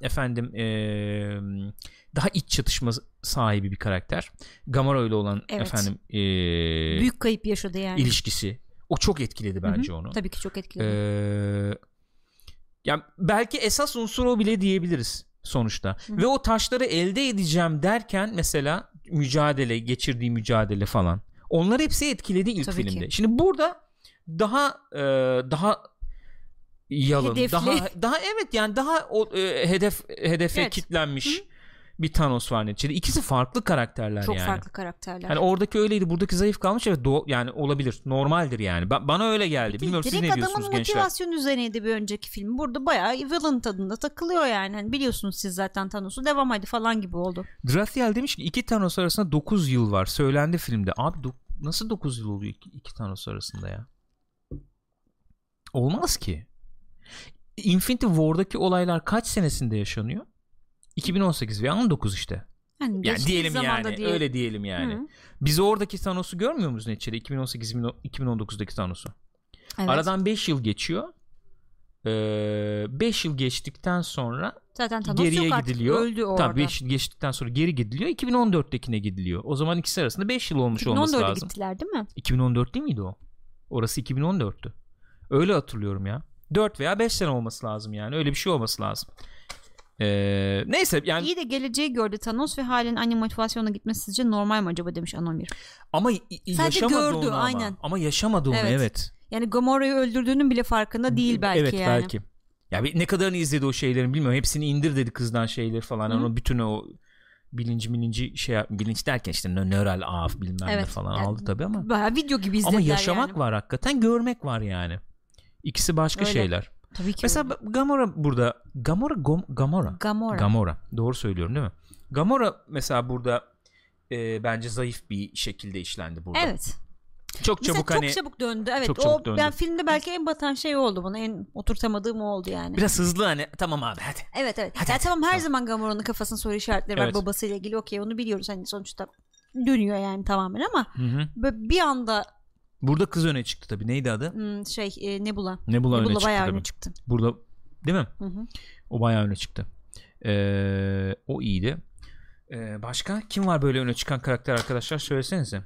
daha iç çatışma sahibi bir karakter. Gamora ile olan büyük kayıp yaşadı yani. İlişkisi. O çok etkiledi bence onu. Tabii ki çok etkiledi. Yani belki esas unsur o bile diyebiliriz sonuçta. Ve o taşları elde edeceğim derken mesela geçirdiği mücadele falan. Onlar hepsi etkiledi ilk tabii filmde. Ki. Şimdi burada daha yalın, hedefli. daha evet yani daha o hedefe kitlenmiş bir Thanos var neticede. İkisi farklı karakterler çok yani. Çok farklı karakterler. Yani oradaki öyleydi, buradaki zayıf kalmış. Evet, yani olabilir. Normaldir yani. Bana öyle geldi. Bilmiyorum siz ne diyorsunuz gençler? Direkt adamın motivasyon üzerineydi bir önceki film. Burada bayağı villain tadında takılıyor yani. Hani biliyorsunuz siz zaten Thanos'u, devam hadi falan gibi oldu. Drathiel demiş ki 2 Thanos arasında 9 yıl var. Söylendi filmde. Abi nasıl 9 yıl oluyor 2 Thanos arasında ya? Olmaz ki. Infinity War'daki olaylar kaç senesinde yaşanıyor? 2018 veya 19 işte. Yani diyelim yani. Öyle diyelim yani. Hı. Biz oradaki Thanos'u görmüyor muyuz neticede? 2018-2019'daki Thanos'u. Evet. Aradan 5 yıl geçiyor. 5 yıl geçtikten sonra zaten Thanos geriye gidiliyor. Öldü orada. Tabii 5 yıl geçtikten sonra geri gidiliyor. 2014'tekine gidiliyor. O zaman ikisi arasında 5 yıl olmuş olması lazım. 2014'e gittiler değil mi? 2014 değil miydi o? Orası 2014'tü. Öyle hatırlıyorum ya. 4 veya 5 sene olması lazım yani. Öyle bir şey olması lazım. Neyse yani. İyi de geleceği gördü Thanos ve halen aynı motivasyona gitmesi sizce normal mi acaba demiş Anomir. Ama yaşamadı onu ama. Aynen. Ama yaşamadı onu evet. Yani Gamora'yı öldürdüğünün bile farkında değil belki evet, yani. Evet belki. Ya ne kadarını izledi o şeylerin bilmiyorum. Hepsini indir dedi kızdan şeyleri falan. Yani bütün o bilinci şey bilinç derken işte nöral ağ bilmem ne falan yani, aldı tabii ama. Bayağı video gibi izlediler. Ama yaşamak yani. var hakikaten, görmek var yani. İkisi başka öyle. Şeyler. Tabii ki. Mesela öyle. Gamora burada Gamora. Doğru söylüyorum değil mi? Gamora mesela burada bence zayıf bir şekilde işlendi burada. Evet. Çok çabuk çok çabuk döndü. Evet. Çok çabuk döndü. Ben filmde belki en batan şey oldu bana. En oturtamadığım oldu yani. Biraz hızlı hani tamam abi hadi. Evet. Hadi. Tamam her zaman Gamora'nın kafasında soru işaretleri var babasıyla ilgili. Okey onu biliyoruz hani sonuçta dönüyor yani tamamen ama bir anda burada kız öne çıktı tabii. Neydi adı? Nebula. Nebula öne çıktı. Bayağı öne çıktı. Burada değil mi? O bayağı öne çıktı. O iyiydi. Başka kim var böyle öne çıkan karakter arkadaşlar? Söylesenize.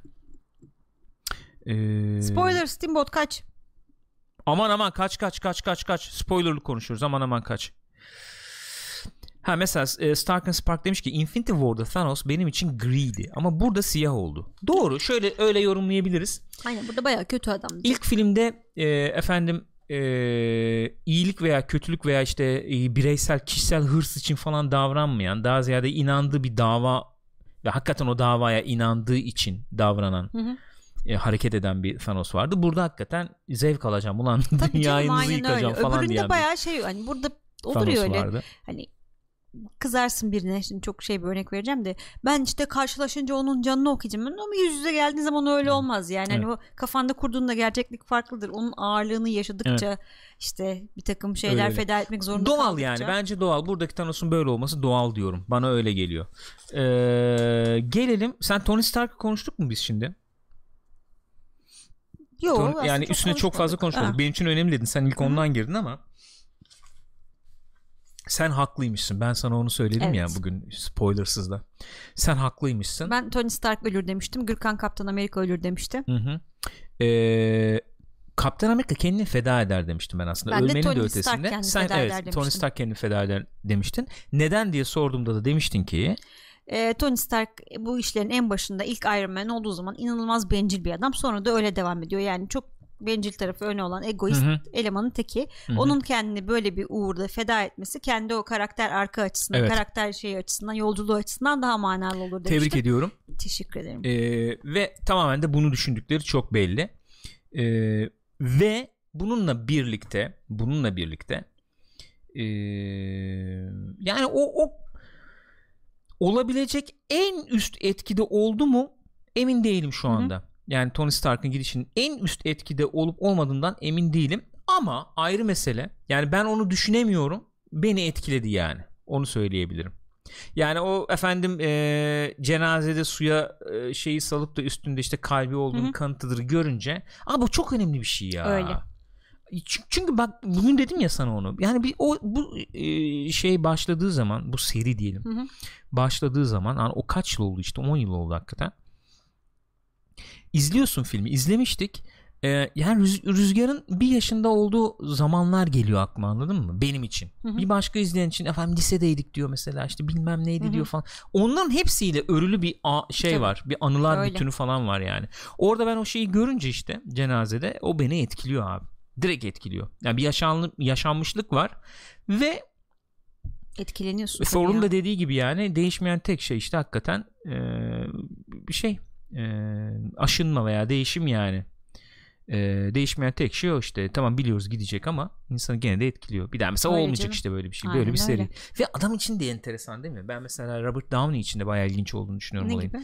Spoiler Steamboat kaç? Aman kaç. Spoilerlı konuşuyoruz. Aman kaç. Mesela Stark and Spark demiş ki Infinity War'da Thanos benim için griydi ama burada siyah oldu. Doğru. Şöyle öyle yorumlayabiliriz. Aynen burada bayağı kötü adamdı. İlk filmde iyilik veya kötülük veya işte bireysel kişisel hırs için falan davranmayan, daha ziyade inandığı bir dava ve hakikaten o davaya inandığı için davranan hareket eden bir Thanos vardı. Burada hakikaten zevk alacağım ulan dünyayınızı yıkacağım falan diyen. Öbüründe bayağı hani burada olur ya öyle vardı. Hani kızarsın birine, şimdi çok bir örnek vereceğim de ben işte karşılaşınca onun canını okuyacağım ama yüz yüze geldiğin zaman öyle olmaz yani hani o kafanda kurduğunda gerçeklik farklıdır, onun ağırlığını yaşadıkça işte bir takım şeyler öyle. Feda etmek zorunda doğal kaldıkça. Yani bence doğal, buradaki Thanos'un böyle olması doğal diyorum, bana öyle geliyor. Gelelim, sen Tony Stark'ı konuştuk mu biz şimdi? Yok yani üstüne çok fazla konuşmadık. Benim için önemli dedin, sen ilk ondan girdin ama sen haklıymışsın. Ben sana onu söyledim ya bugün spoilersız da. Sen haklıymışsın. Ben Tony Stark ölür demiştim. Gürkan Kaptan Amerika ölür demişti. Kaptan Amerika kendini feda eder demiştim ben aslında. Ben ölmenin de de ötesinde. Sen Tony Stark kendini feda eder demiştin. Neden diye sorduğumda da demiştin ki Tony Stark bu işlerin en başında ilk Iron Man olduğu zaman inanılmaz bencil bir adam. Sonra da öyle devam ediyor. Yani çok bencil tarafı öne olan egoist elemanın teki. Onun kendini böyle bir uğurda feda etmesi kendi o karakter arka açısından, karakter şeyi açısından, yolculuğu açısından daha manalı olur demiştim. Tebrik ediyorum. Teşekkür ederim. Ve tamamen de bunu düşündükleri çok belli. Ve bununla birlikte yani o olabilecek en üst etkide oldu mu emin değilim şu anda. Yani Tony Stark'ın gidişinin en üst etkide olup olmadığından emin değilim. Ama ayrı mesele. Yani ben onu düşünemiyorum. Beni etkiledi yani. Onu söyleyebilirim. Yani o cenazede suya şeyi salıp da üstünde işte kalbi olduğunu kanıtıdır görünce. Ama bu çok önemli bir şey ya. Öyle. Çünkü bak bugün dedim ya sana onu. Yani bu şey başladığı zaman, bu seri diyelim. Başladığı zaman yani o kaç yıl oldu işte 10 yıl oldu hakikaten. İzliyorsun filmi, izlemiştik. Yani Rüzgar'ın bir yaşında olduğu zamanlar geliyor aklıma, anladın mı? Benim için. Bir başka izleyen için lisedeydik diyor mesela, işte bilmem neydi diyor falan. Onların hepsiyle örülü bir şey var. Bir anılar bütünü falan var yani. Orada ben o şeyi görünce işte cenazede o beni etkiliyor abi. Direkt etkiliyor. Yani bir yaşanmışlık var ve Etkileniyorsun. Thor'un da dediği gibi yani değişmeyen tek şey işte hakikaten bir şey aşınma veya değişim yani. Değişmeyen tek şey o işte. Tamam biliyoruz gidecek ama insanı gene de etkiliyor. Bir daha mesela öyle olmayacak canım. işte böyle bir şey. Aynen böyle bir seri. öyle. Ve adam için de enteresan değil mi? Ben mesela Robert Downey için de bayağı ilginç olduğunu düşünüyorum Ne olayın. gibi?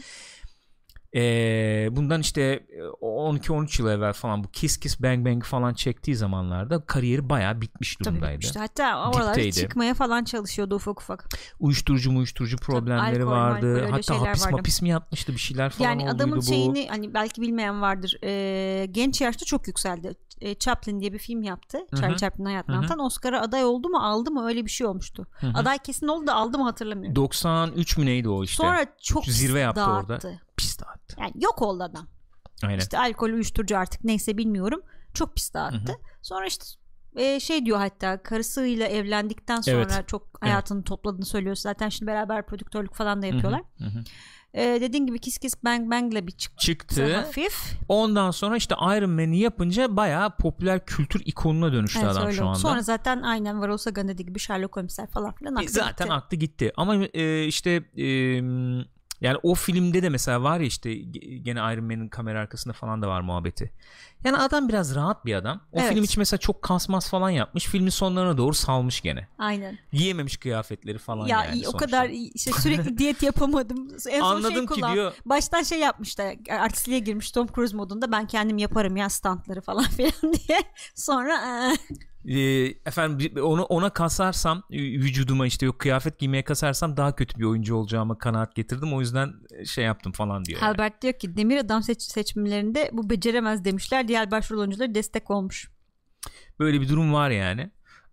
Bundan işte 12-13 yıl evvel falan bu Kiss Kiss Bang Bang falan çektiği zamanlarda kariyeri bayağı bitmiş durumdaydı. Tabii bitmişti. Hatta oralarda çıkmaya falan çalışıyordu ufak ufak. Uyuşturucu problemleri alkol, vardı. alkol, Hatta hapis mi yapmıştı bir şeyler falan yani olduydu adamın bu. şeyini hani belki bilmeyen vardır. Genç yaşta çok yükseldi. Chaplin diye bir film yaptı. Charlie Chaplin'in hayatını anlatan. Oscar'a aday oldu mu aldı mı öyle bir şey olmuştu. Hı-hı. Aday kesin oldu da aldı mı hatırlamıyorum. 93 mü neydi o işte. Sonra çok zirve yaptı dağıttı. Orada. Pis dağıttı. Yani yok oldu adam. Aynen. İşte alkol, uyuşturucu artık neyse bilmiyorum. Çok pis dağıttı. Sonra işte şey diyor hatta karısıyla evlendikten sonra çok hayatını topladığını söylüyor. Zaten şimdi beraber prodüktörlük falan da yapıyorlar. Dediğin gibi Kiss Kiss Bang Bang'la bir çıktı hafif. Ondan sonra işte Iron Man'i yapınca bayağı popüler kültür ikonuna dönüştü adam şu anda. Sonra zaten aynen Varol Sagan dediği gibi Sherlock Holmes'ler falan filan aktı zaten gitti. aktı gitti. Ama işte yani o filmde de mesela var ya işte gene Iron Man'in kamera arkasında falan da var muhabbeti. Yani adam biraz rahat bir adam. O film için mesela çok kasmaz falan yapmış. Filmin sonlarına doğru salmış gene. Aynen. Giyememiş kıyafetleri falan ya, yani sonuçta. O kadar işte sürekli diyet yapamadım. En son anladım ki diyor. Baştan şey yapmış da artistliğe girmiş Tom Cruise modunda ben kendim yaparım ya stuntları falan filan diye. Sonra efendim ona kasarsam vücuduma işte yok kıyafet giymeye kasarsam daha kötü bir oyuncu olacağıma kanaat getirdim. O yüzden şey yaptım falan diyor. Albert yani. Diyor ki Demir Adam seçimlerinde bu beceremez demişler. Diğer başrol oyuncuları destek olmuş. Böyle bir durum var yani.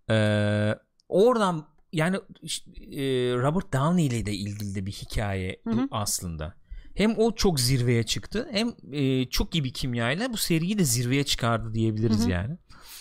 Oradan yani Robert Downey ile de ilgili de bir hikaye aslında. Hem o çok zirveye çıktı hem çok iyi bir kimyayla bu seriyi de zirveye çıkardı diyebiliriz yani.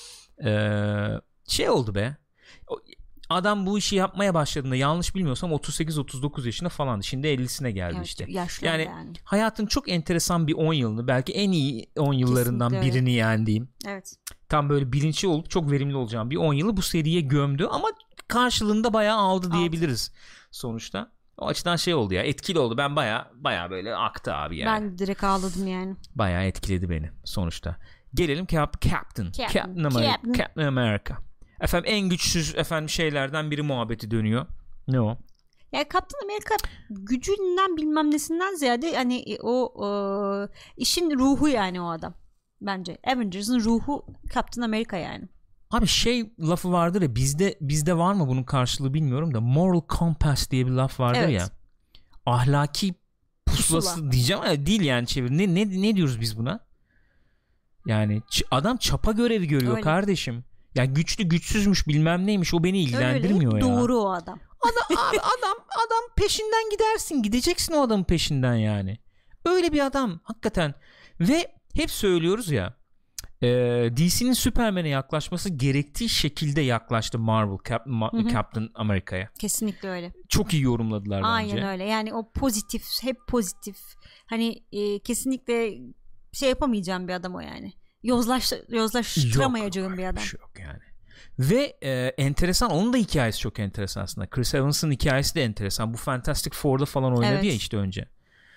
Şey oldu be. Adam bu işi yapmaya başladığında yanlış bilmiyorsam 38-39 yaşında falandı. Şimdi 50'sine geldi işte. Yani hayatın çok enteresan bir 10 yılını belki en iyi 10 yıllarından kesinlikle birini yani diyeyim. Evet. Tam böyle bilinçli olup çok verimli olacağım bir 10 yılı bu seriye gömdü ama karşılığında bayağı aldı diyebiliriz sonuçta. O açıdan şey oldu ya, etkili oldu. Ben bayağı böyle aktı abi yani. Ben direkt ağladım yani. Bayağı etkiledi beni sonuçta. Gelelim Captain America. Efendim en güçsüz şeylerden biri muhabbeti dönüyor. Ne o? Ya Captain America gücünden bilmem nesinden ziyade hani o işin ruhu yani o adam. Bence Avengers'ın ruhu Captain America yani. Abi lafı vardır ya bizde var mı bunun karşılığı bilmiyorum da moral compass diye bir laf vardır ya. Ahlaki pusulası diyeceğim ama değil yani çevir. Ne diyoruz biz buna? Yani adam çapa görevi görüyor öyle. Kardeşim. Ya güçlü güçsüzmüş bilmem neymiş o beni ilgilendirmiyor öyle, ya. Doğru o adam. Adam peşinden gidersin. Gideceksin o adamın peşinden yani. Öyle bir adam hakikaten. Ve hep söylüyoruz ya DC'nin Superman'e yaklaşması gerektiği şekilde yaklaştı Marvel Captain America'ya. Kesinlikle öyle. Çok iyi yorumladılar bence. Aynen öyle. Yani o hep pozitif. Hani kesinlikle şey yapamayacağım bir adam o yani. Yozlaştıramayacağım bir adam. Yok yani. Ve enteresan onun da hikayesi çok enteresan aslında. Chris Evans'ın hikayesi de enteresan. Bu Fantastic Four'da falan oynadı ya işte önce.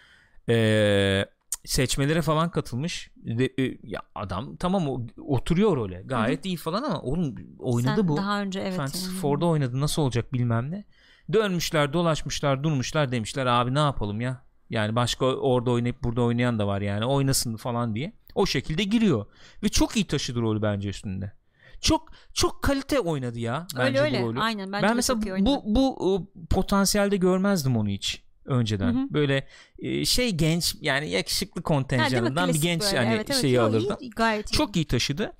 Seçmelere falan katılmış. Ya adam tamam oturuyor role. Gayet iyi falan ama onun oynadı sen bu. Daha önce Fantastic Four'da oynadı. Nasıl olacak bilmem ne. Dönmüşler, dolaşmışlar, durmuşlar demişler abi ne yapalım ya. Yani başka orada oynayıp burada oynayan da var yani. Oynasın falan diye. O şekilde giriyor. Ve çok iyi taşıdı rolü bence üstünde. Çok kalite oynadı ya. Bence öyle. Bu rolü. Aynen. Ben mesela bu potansiyelde görmezdim onu hiç önceden. Böyle genç yani yakışıklı kontenjanından bir genç yani şeyi alırdı. Çok iyi taşıdı.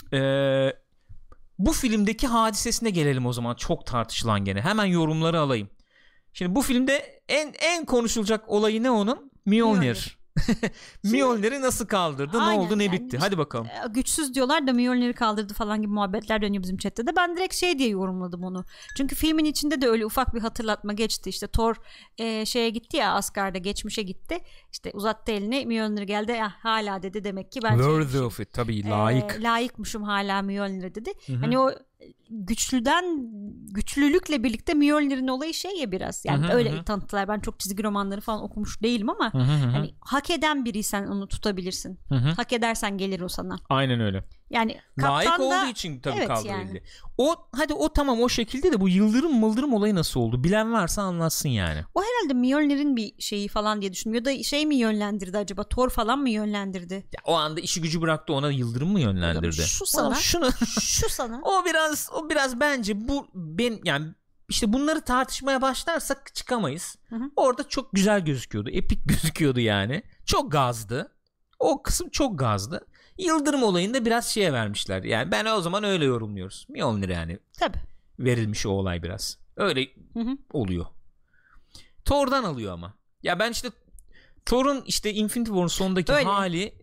Bu filmdeki hadisesine gelelim o zaman. Çok tartışılan gene. Hemen yorumları alayım. Şimdi bu filmde en konuşulacak olayı ne onun? Mjolnir. Mjolnir'i nasıl kaldırdı? Aynen, ne oldu ne bitti? Hadi bakalım. Güçsüz diyorlar da Mjolnir'i kaldırdı falan gibi muhabbetler dönüyor bizim chatte de. Ben direkt diye yorumladım onu. Çünkü filmin içinde de öyle ufak bir hatırlatma geçti. İşte Thor şeye gitti ya, Asgard'a geçmişe gitti. İşte uzattı elini, Mjolnir geldi. Hala dedi demek ki ben worthy of it tabii layık. Layıkmışım hala Mjolnir'e dedi. Hı-hı. Hani o güçlülükle birlikte Mjolnir'in olayı şey ya biraz. Yani öyle tanıttılar. Ben çok çizgi romanları falan okumuş değilim ama hani hak eden biriysen onu tutabilirsin. Hak edersen gelir o sana. Aynen öyle. Yani layık da, olduğu için tabii evet kavga yani. edildi. O tamam o şekilde de bu yıldırım olayı nasıl oldu? Bilen varsa anlatsın yani. O herhalde Mjolnir'in bir şeyi falan diye düşünüyor. Ya da şey mi yönlendirdi acaba? Thor falan mı yönlendirdi? Ya, o anda işi gücü bıraktı, ona yıldırım mı yönlendirdi? Şu sana. Şu sana. O biraz bence bu yani işte bunları tartışmaya başlarsak çıkamayız. Orada çok güzel gözüküyordu. Epik gözüküyordu yani. Çok gazdı. O kısım çok gazdı. Yıldırım olayında biraz şeye vermişler. Yani ben o zaman öyle yorumluyoruz. Mjolnir yani. Tabii. Verilmiş o olay biraz. Öyle oluyor. Thor'dan alıyor ama. Ya ben işte Thor'un işte Infinity War'un sonundaki öyle hali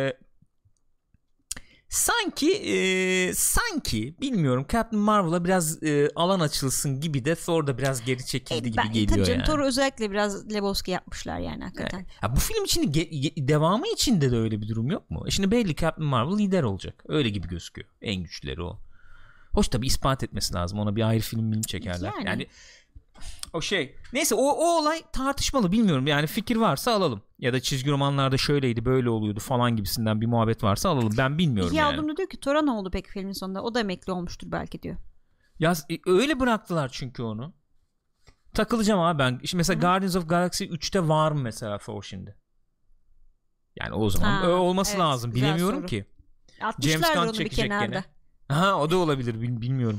sanki bilmiyorum, Captain Marvel'a biraz alan açılsın gibi de Thor'da biraz geri çekildi gibi geliyor tabii canım, yani. Thor'u özellikle biraz Lebowski yapmışlar yani hakikaten. Yani, ya bu film için devamı içinde de öyle bir durum yok mu? Şimdi belli Captain Marvel lider olacak. Öyle gibi gözüküyor. En güçlüleri o. Hoş tabii ispat etmesi lazım. Ona bir ayrı film çekerler. Yani o şey. Neyse o olay tartışmalı, bilmiyorum. Yani fikir varsa alalım. Ya da çizgi romanlarda şöyleydi böyle oluyordu falan gibisinden bir muhabbet varsa alalım. Ben bilmiyorum yani. Yavrum da diyor ki Thor'a ne oldu peki filmin sonunda? O da emekli olmuştur belki diyor. Ya öyle bıraktılar çünkü onu. Takılacağım abi ben. Şimdi mesela Guardians of Galaxy 3'te var mı mesela Thor şimdi? Yani o zaman olması lazım. Bilemiyorum soru ki. James Gunn çekecek gene. Aha, o da olabilir, bilmiyorum.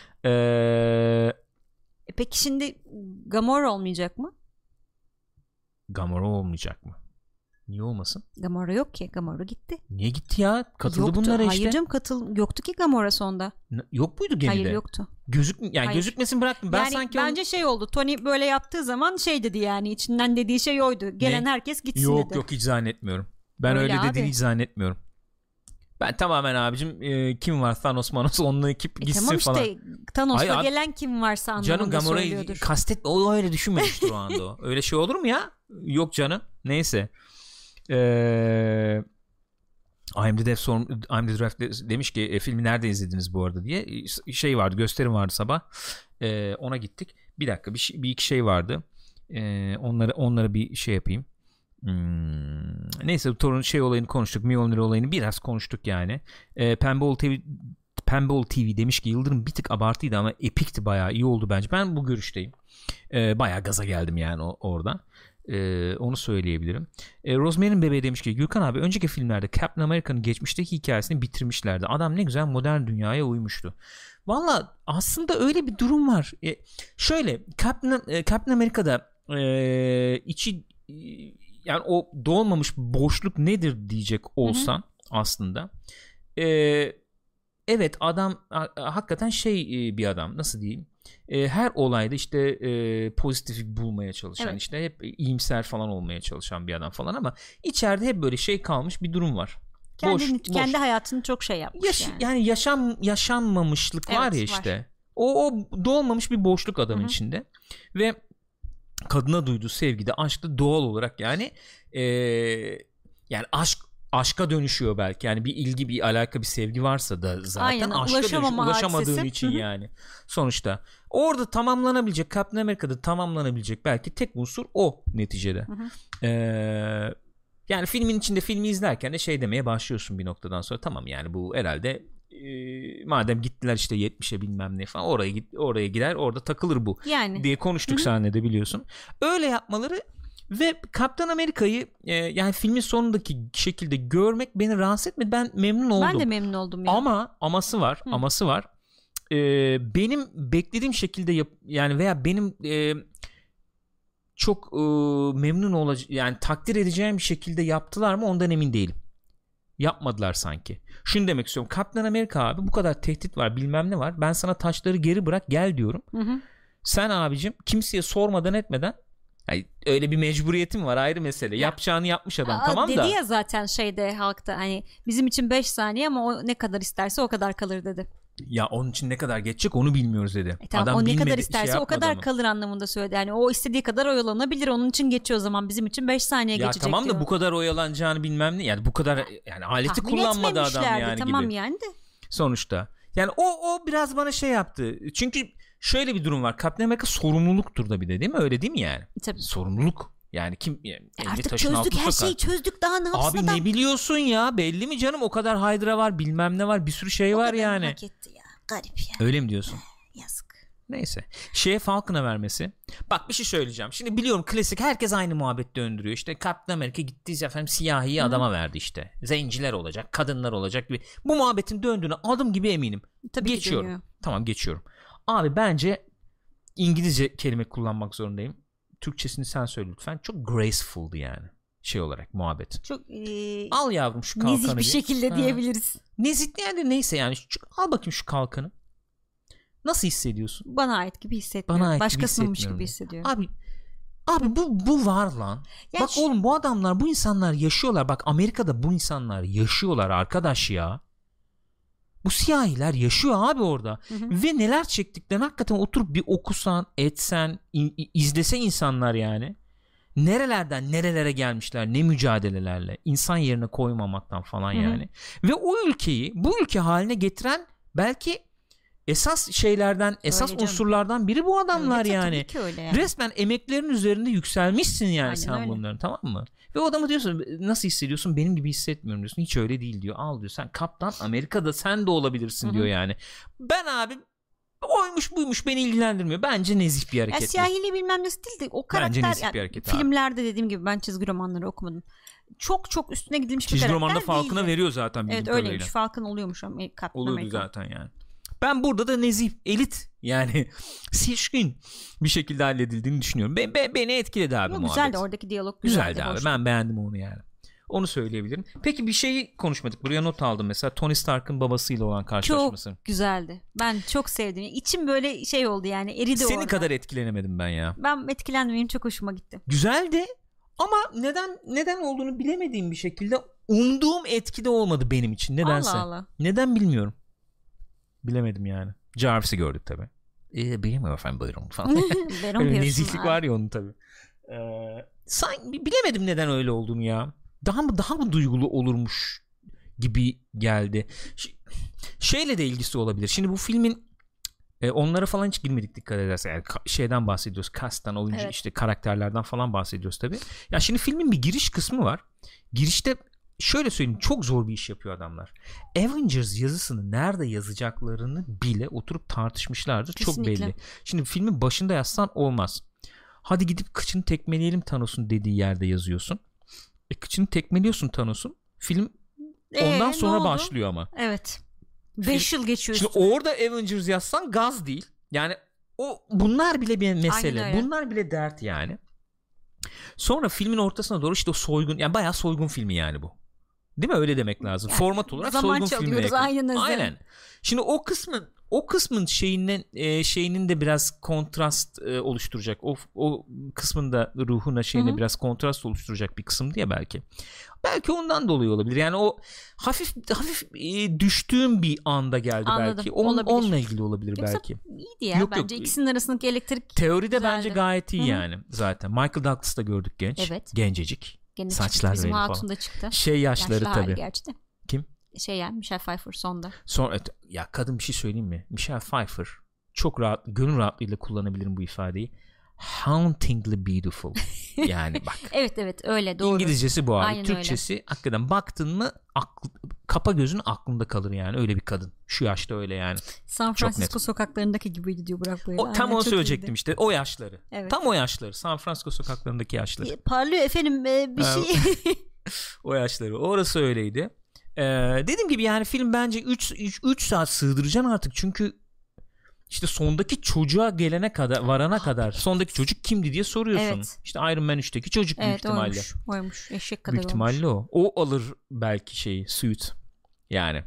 Peki şimdi Gamora olmayacak mı? Gamora olmayacak mı? Niye olmasın? Gamora yok ki. Gamora gitti. Niye gitti ya? Katıldı bunlara işte. Hayır canım, yoktu ki Gamora sonda. Yok muydu gemide? Hayır, yoktu. Gözükmesin bıraktım. Ben yani sanki bence şey oldu. Tony böyle yaptığı zaman şey dedi yani, içinden dediği şey oydu. Gelen herkes gitsin dedi. Yok hiç zannetmiyorum. Ben öyle dediğini hiç zannetmiyorum. Ben tamamen abicim kim var, Thanos onunla ekip gitsin tamam falan. İşte Thanos'la gelen kim varsa anlamında canım, Gamora'yı kastetme, o öyle düşünmemiştir o anda o. Öyle şey olur mu ya? Yok canım. Neyse. IMDb Draft demiş ki filmi nerede izlediniz bu arada diye. Şey vardı, gösterim vardı sabah. Ona gittik. Bir dakika bir iki şey vardı. Onlara bir şey yapayım. Neyse, Thor'un şey olayını konuştuk. Mjolnir olayını biraz konuştuk yani. Pembeol TV demiş ki Yıldırım bir tık abartıydı ama epikti, bayağı iyi oldu bence. Ben bu görüşteyim. Bayağı gaza geldim yani orada. Onu söyleyebilirim. Rosemary'nin bebeği demiş ki Gürkan abi, önceki filmlerde Captain America'nın geçmişteki hikayesini bitirmişlerdi. Adam ne güzel modern dünyaya uymuştu. Valla aslında öyle bir durum var. Şöyle Captain America'da içi yani o dolmamış boşluk nedir diyecek olsan aslında evet, adam hakikaten bir adam, nasıl diyeyim, her olayda işte pozitif bulmaya çalışan, işte hep iyimser falan olmaya çalışan bir adam falan, ama içeride hep böyle şey kalmış bir durum var. Kendi hayatını çok şey yapmış yani yaşanmamışlık var ya işte. Var. O dolmamış bir boşluk adamın içinde ve kadına duyduğu sevgide, aşkta doğal olarak yani aşka dönüşüyor belki. Yani bir ilgi, bir alaka, bir sevgi varsa da zaten aynen, aşka ulaşamadığın için yani. Sonuçta orada tamamlanabilecek, Captain America'da tamamlanabilecek belki tek unsur o neticede. Yani filmin içinde, filmi izlerken de şey demeye başlıyorsun bir noktadan sonra, tamam yani bu herhalde madem gittiler işte 70'e bilmem ne falan, oraya gider, orada takılır bu yani diye konuştuk sahnede, biliyorsun. Öyle yapmaları ve Kaptan Amerika'yı yani filmin sonundaki şekilde görmek beni rahatsız etmedi. Ben memnun oldum. Ben de memnun oldum yani. Ama aması var. Benim beklediğim şekilde yani veya benim çok memnun yani takdir edeceğim bir şekilde yaptılar mı ondan emin değilim. Yapmadılar sanki. Şunu demek istiyorum. Kaptan Amerika abi, bu kadar tehdit var, bilmem ne var. Ben sana taşları geri bırak gel diyorum. Sen abicim kimseye sormadan etmeden, yani öyle bir mecburiyetim var, ayrı mesele. Yapacağını yapmış adam, tamam dedi da. Dedi ya zaten şeyde, halkta hani bizim için 5 saniye ama o ne kadar isterse o kadar kalır dedi. Ya onun için ne kadar geçecek onu bilmiyoruz dedi. Tamam, adam o ne kadar isterse o kadar kalır anlamında söyledi. Yani o istediği kadar oyalanabilir, onun için geçiyor, o zaman bizim için 5 saniye geçecek diyor. Ya tamam da bu kadar oyalanacağını bilmem ne. Yani bu kadar, yani aleti kullanmadı adam yani tamam gibi. Yani de. Sonuçta. Yani o biraz bana şey yaptı. Çünkü şöyle bir durum var. Captain America sorumluluktur da bir de, değil mi? Öyle değil mi yani? Tabii. Sorumluluk. Yani kim artık çözdük, her şeyi çözdük, daha ne yapsın abi adam? Ne biliyorsun ya, belli mi canım, o kadar Hydra var, bilmem ne var, bir sürü şey var yani. Hak etti ya, garip ya. Öyle mi diyorsun? Yazık. Neyse. Falcon'a vermesi. Bak bir şey söyleyeceğim. Şimdi biliyorum klasik, herkes aynı muhabbet döndürüyor. İşte Captain America gittiyse efendim siyahi adama verdi işte. Zenciler olacak, kadınlar olacak. Bu muhabbetin döndüğüne adım gibi eminim. Tabii geçiyorum. Tamam, geçiyorum. Abi bence İngilizce kelime kullanmak zorundayım. Türkçesini sen söyle lütfen. Çok graceful'du yani. Şey olarak muhabbet. Çok al yavrum şu kalkanı. nezih bir şekilde diyebiliriz. Nezih yani, neyse yani. Al bakayım şu kalkanı. Nasıl hissediyorsun? Bana ait gibi hissetmiyorum. Başkasınınmış gibi hissediyorum. Abi bu var lan. Ya bak oğlum, bu adamlar, bu insanlar yaşıyorlar. Bak Amerika'da bu insanlar yaşıyorlar arkadaş ya. Bu siyahiler yaşıyor abi orada. Hı hı. Ve neler çektiklerini hakikaten oturup bir okusan, etsen, izlese insanlar yani. Nerelerden nerelere gelmişler, ne mücadelelerle, insan yerine koymamaktan falan, hı hı, yani. Ve o ülkeyi bu ülke haline getiren belki esas şeylerden, esas unsurlardan biri bu adamlar öyle, yani. Resmen emeklerin üzerinde yükselmişsin yani. Aynen sen öyle. Bunların, tamam mı? Ve o adama diyorsun nasıl hissediyorsun, benim gibi hissetmiyorum diyorsun. Hiç öyle değil diyor. Al diyor, sen Kaptan Amerika'da sen de olabilirsin, hı-hı, diyor yani. Ben abi oymuş buymuş beni ilgilendirmiyor. Bence nezih bir hareket. Ya siyahiliği bilmem nasıl değil de o karakter yani, filmlerde abi, dediğim gibi ben çizgi romanları okumadım. Çok üstüne gidilmiş çizgi bir karakter romanda Falcon'a veriyor zaten. Evet öyleymiş. Falcon oluyormuş Captain oluyordu Amerika. Zaten yani. Ben burada da nezih, elit yani seçkin bir şekilde halledildiğini düşünüyorum. Beni etkiledi abi muhabbet. Güzeldi, oradaki diyalog güzeldi abi. Ben beğendim onu yani. Onu söyleyebilirim. Peki bir şeyi konuşmadık. Buraya not aldım mesela. Tony Stark'ın babasıyla olan karşılaşması. Çok güzeldi. Ben çok sevdim. İçim böyle şey oldu yani, eridi senin orada. Senin kadar etkilenemedim ben ya. Ben etkilendim. Benim çok hoşuma gitti. Güzeldi. Ama neden olduğunu bilemediğim bir şekilde umduğum etkide olmadı benim için. Nedense. Allah. Neden bilmiyorum. Bilemedim yani. Jarvis'i gördük tabii. Bilmiyorum efendim, buyurun falan. Nezihlik var ya onun tabii. Bilemedim neden öyle olduğunu ya. Daha mı duygulu olurmuş gibi geldi. Şeyle de ilgisi olabilir. Şimdi bu filmin onlara falan hiç girmedik dikkat edersen. Yani şeyden bahsediyoruz. Cast'tan, oyuncu, evet, işte karakterlerden falan bahsediyoruz tabii. Ya şimdi filmin bir giriş kısmı var. Girişte şöyle söyleyeyim, çok zor bir iş yapıyor adamlar. Avengers yazısını nerede yazacaklarını bile oturup tartışmışlardır. Kesinlikle. Çok belli. Şimdi filmin başında yazsan olmaz. Hadi gidip kıçını tekmeleyelim Thanos'un dediği yerde yazıyorsun. Kıçını tekmeliyorsun Thanos'un. Film ondan sonra başlıyor ama. Evet. 5 yıl geçiyor. Şimdi orada Avengers yazsan gaz değil. Yani bunlar bile bir mesele. Bunlar bile dert yani. Sonra filmin ortasına doğru işte o soygun, yani bayağı soygun filmi yani bu. Değil mi? Öyle demek lazım. Yani, format olarak soygun filmi. Aynen. Şimdi o kısmın şeyinin de biraz kontrast oluşturacak. O kısmın da ruhuna şeyine biraz kontrast oluşturacak bir kısım diye belki. Belki ondan dolayı olabilir. Yani o hafif düştüğüm bir anda geldi. Anladım, belki. Onunla ilgili olabilir. Yoksa belki. İyiydi ya. Bence ikisinin arasındaki elektrik teoride güzeldi. Bence gayet iyi yani zaten. Michael Douglas'ı da gördük genç. Evet. Gencecik. Gene saçlar bizim falan. Çıktı. Yaşları tabii. Gerçi de. Kim? Yani Michelle Pfeiffer sonda. Ya kadın, bir şey söyleyeyim mi? Michelle Pfeiffer çok rahat, gönül rahatlığıyla kullanabilirim bu ifadeyi. Hauntingly beautiful. Yani bak. evet öyle, doğru. İngilizcesi bu abi. Aynen Türkçesi öyle. Hakikaten baktın mı kapa gözün aklında kalır yani, öyle bir kadın. Şu yaşta öyle yani. San Francisco sokaklarındaki gibiydi diyor Burak Bey. Tam onu söyleyecektim iyiydi. İşte o yaşları. Evet. Tam o yaşları. San Francisco sokaklarındaki yaşları. Parlıyor efendim bir şey. O yaşları. Orası öyleydi. Dediğim gibi yani film bence 3 saat sığdıracaksın artık. Çünkü İşte sondaki çocuğa varana kadar sondaki çocuk kimdi diye soruyorsun. Evet. İşte Iron Man 3'teki çocuk büyük ihtimalle. Oymuş. Eşek kadar büyük ihtimalle olmuş. O alır belki suit. Yani.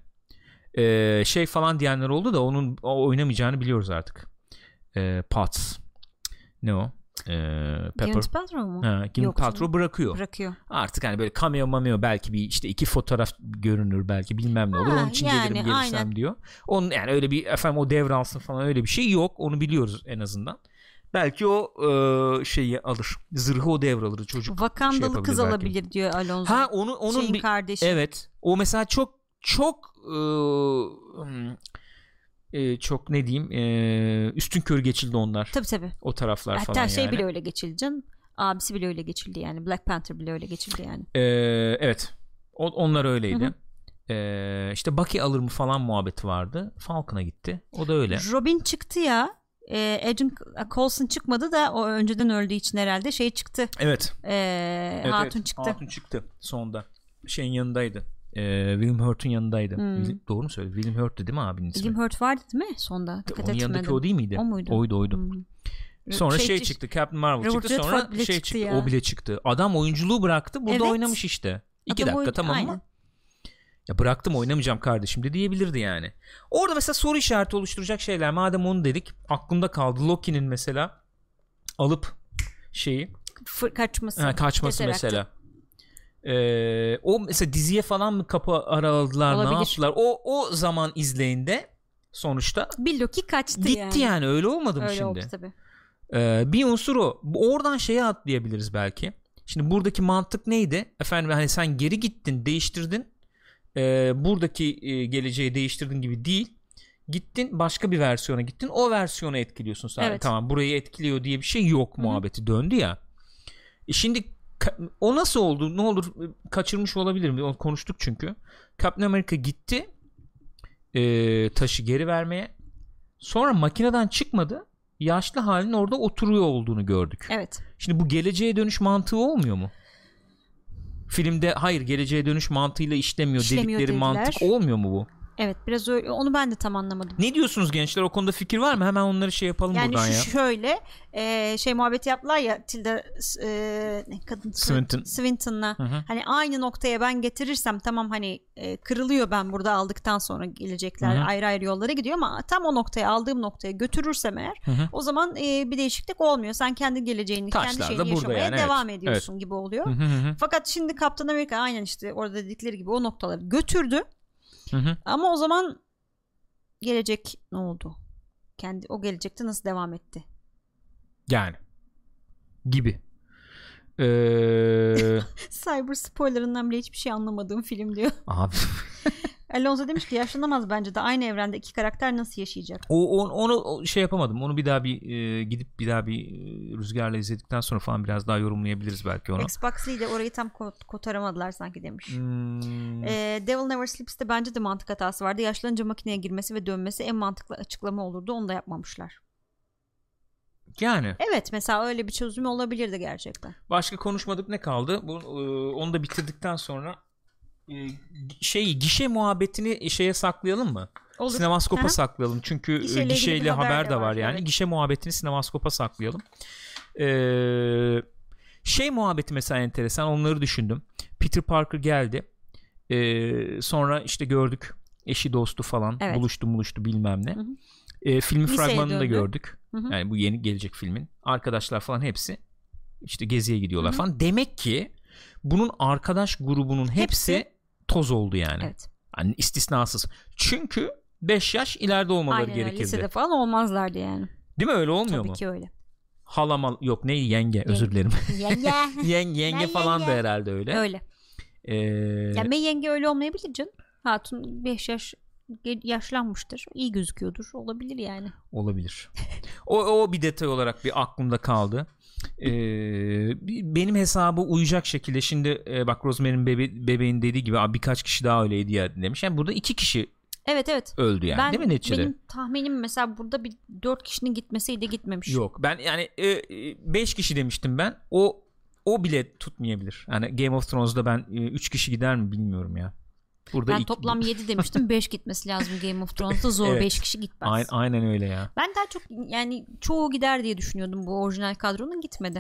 Falan diyenler oldu da onun oynamayacağını biliyoruz artık. Potts. Ne o? Pepper. Gwyneth Paltrow mu? Gwyneth Paltrow bırakıyor. Artık hani böyle cameo belki bir işte 2 fotoğraf görünür belki, bilmem ne olur. Onun için yani, gelirsem aynen. Diyor. Onun yani öyle bir o devralsın falan, öyle bir şey yok. Onu biliyoruz en azından. Belki o şeyi alır. Zırhı o devralır çocuk. Wakandalı kız belki alabilir diyor Alonso. Onun kardeşi. Evet. O mesela çok çok ne diyeyim üstün körü geçildi onlar. Tabii. O taraflar hatta falan yani. Hatta şey bile öyle geçildi canım. Abisi bile öyle geçildi yani. Black Panther bile öyle geçildi yani. Evet. Onlar öyleydi. İşte Bucky alır mı falan muhabbeti vardı. Falcon'a gitti. O da öyle. Robin çıktı ya. Agent Coulson çıkmadı da o önceden öldüğü için herhalde şey çıktı. Evet. Hatun çıktı. Hatun çıktı sonunda. Şeyin yanındaydı. William Hurt'un yanındaydı. Doğru mu söyledim? William Hurt'tu değil mi abinin ismi? William Hurt vardı değil mi sonda? Onun yanındaki o değil miydi? O muydu? Oydu. Sonra şey çıktı. Captain Marvel çıktı. Sonra şey çıktı. Ya. O bile çıktı. Adam oyunculuğu bıraktı. Burada oynamış işte. 2 dakika tamam mı? Ya bıraktım oynamayacağım kardeşim de diyebilirdi yani. Orada mesela soru işareti oluşturacak şeyler. Madem onu dedik. Aklımda kaldı. Loki'nin mesela alıp şeyi kaçması mesela. O mesela diziye falan mı kapı araladılar, olabilir. Ne yaptılar? O zaman izleyinde sonuçta bir Loki kaçtı gitti yani öyle olmadı mı öyle şimdi? Oldu tabii. Bir unsur o. Oradan şeye atlayabiliriz belki. Şimdi buradaki mantık neydi? Efendim hani sen geri gittin, değiştirdin. Buradaki geleceği değiştirdin gibi değil. Gittin başka bir versiyona gittin. O versiyonu etkiliyorsun sadece. Evet. Tamam burayı etkiliyor diye bir şey yok muhabbeti döndü ya. Şimdi o nasıl oldu? Ne olur kaçırmış olabilirim. Onu konuştuk çünkü. Captain America gitti taşı geri vermeye. Sonra makineden çıkmadı. Yaşlı halinin orada oturuyor olduğunu gördük. Evet. Şimdi bu geleceğe dönüş mantığı olmuyor mu? Filmde hayır geleceğe dönüş mantığıyla işlemiyor dedikleri dediler. Mantık olmuyor mu bu? Evet biraz öyle. Onu ben de tam anlamadım. Ne diyorsunuz gençler? O konuda fikir var mı? Hemen onları şey yapalım yani buradan ya. Yani şöyle şey muhabbeti yaptılar ya Tilda kadın Swinton'la hani aynı noktaya ben getirirsem tamam hani kırılıyor ben burada aldıktan sonra gelecekler ayrı ayrı yollara gidiyor ama tam o noktaya aldığım noktaya götürürsem eğer o zaman bir değişiklik olmuyor. Sen kendi geleceğini kendi şeyini yaşamaya yani, devam ediyorsun gibi oluyor. Fakat şimdi Kaptan Amerika aynen işte orada dedikleri gibi o noktaları götürdü. Ama o zaman gelecek ne oldu? O gelecekte nasıl devam etti? Yani gibi. Cyber spoilerından bile hiçbir şey anlamadığım film diyor. Abi. Alonso demiş ki yaşlanamaz bence de aynı evrende iki karakter nasıl yaşayacak? Onu şey yapamadım. Onu bir daha gidip bir daha rüzgarla izledikten sonra falan biraz daha yorumlayabiliriz belki onu. Xbox'ı de orayı tam kotaramadılar sanki demiş. Devil Never Sleeps'te bence de mantık hatası vardı. Yaşlanınca makineye girmesi ve dönmesi en mantıklı açıklama olurdu. Onu da yapmamışlar. Yani. Evet mesela öyle bir çözüm olabilirdi gerçekten. Başka konuşmadık ne kaldı? Onu da bitirdikten sonra gişe muhabbetini şeye saklayalım mı? Olur. Sinemaskop'a saklayalım. Çünkü gişeyle haber de var yani. Evet. Gişe muhabbetini Sinemaskop'a saklayalım. Şey muhabbeti mesela enteresan. Onları düşündüm. Peter Parker geldi. Sonra işte gördük eşi dostu falan. Evet. Buluştu bilmem ne. Filmin fragmanını da gördük. Yani bu yeni gelecek filmin. Arkadaşlar falan hepsi işte geziye gidiyorlar falan. Demek ki bunun arkadaş grubunun hepsi toz oldu yani. Evet. Yani istisnasız. Çünkü 5 yaş ileride olmaları gerekirdi. Aynen lisede falan olmazlardı yani. Değil mi öyle olmuyor mu? Tabii ki öyle. Halama yok ne yenge özür dilerim. yenge falan da herhalde öyle. Öyle. Yani yenge öyle olmayabilir canım. Hatun 5 yaş yaşlanmıştır. İyi gözüküyordur. Olabilir yani. Olabilir. o bir detay olarak bir aklımda kaldı. Benim hesabı uyacak şekilde şimdi bak Rosemary'nin bebeğin dediği gibi birkaç kişi daha öyleydi ya demiş. Yani burada 2 kişi öldü yani değil mi neticede? Benim tahminim mesela burada bir 4 kişinin gitmesiydi gitmemiş. Yok ben yani 5 kişi demiştim ben. O bile tutmayabilir. Yani Game of Thrones'da ben 3 kişi gider mi bilmiyorum ya. Burada ben toplam 7 demiştim. 5 gitmesi lazım Game of Thrones'da zor. Evet. 5 kişi gitmez. Aynen öyle ya. Ben daha çok yani çoğu gider diye düşünüyordum bu orijinal kadronun gitmedi.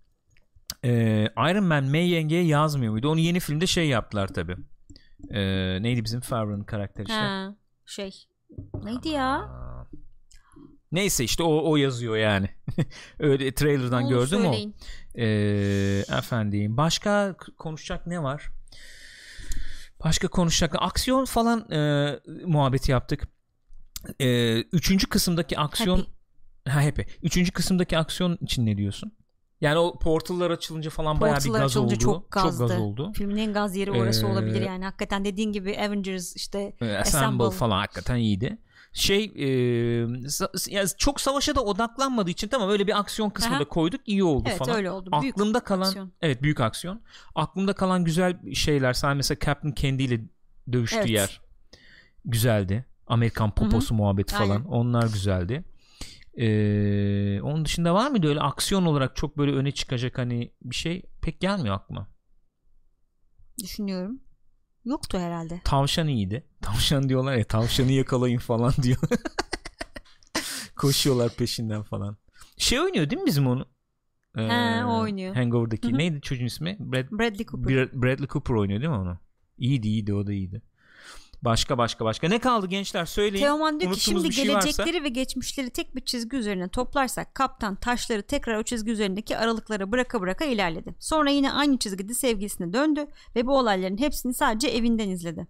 Iron Man May yengeye yazmıyor muydu? Onu yeni filmde şey yaptılar tabii. Neydi bizim Favreau'nun karakteri işte? Neydi ya? Neyse işte o yazıyor yani. Öyle trailer'dan onu gördüm söyleyin. O. Efendim başka konuşacak ne var? Başka konuşacak aksiyon falan muhabbeti yaptık. 3. kısımdaki aksiyon Happy. 3. kısımdaki aksiyon için ne diyorsun? Yani o portallar açılınca falan bayağı bir gaz oldu. Çok gaz oldu. Filmin en gaz yeri orası olabilir yani. Hakikaten dediğin gibi Avengers işte Assemble falan hakikaten iyiydi. Yani çok savaşa da odaklanmadığı için tamam öyle bir aksiyon kısmı da koyduk, iyi oldu evet, falan. Öyle oldu. Aklımda kalan aksiyon. Evet, büyük aksiyon. Aklımda kalan güzel şeyler. Sen mesela Captain Candy ile dövüştüğü yer güzeldi. Amerikan poposu muhabbeti falan. Aynen. Onlar güzeldi. Onun dışında var mıydı öyle aksiyon olarak çok böyle öne çıkacak hani bir şey? Pek gelmiyor aklıma. Düşünüyorum. Yoktu herhalde. Tavşan iyiydi. Tavşan diyorlar ya, tavşanı yakalayın falan diyor. Koşuyorlar peşinden falan. Oynuyor değil mi bizim onu? O oynuyor. Hangover'daki. Neydi çocuğun ismi? Bradley Cooper. Bradley Cooper oynuyor değil mi onu? İyiydi, o da iyiydi. Başka. Ne kaldı gençler? Söyleyin. Teoman diyor ki şimdi gelecekleri ve geçmişleri tek bir çizgi üzerine toplarsak kaptan taşları tekrar o çizgi üzerindeki aralıklara bıraka ilerledi. Sonra yine aynı çizgide sevgilisine döndü ve bu olayların hepsini sadece evinden izledi.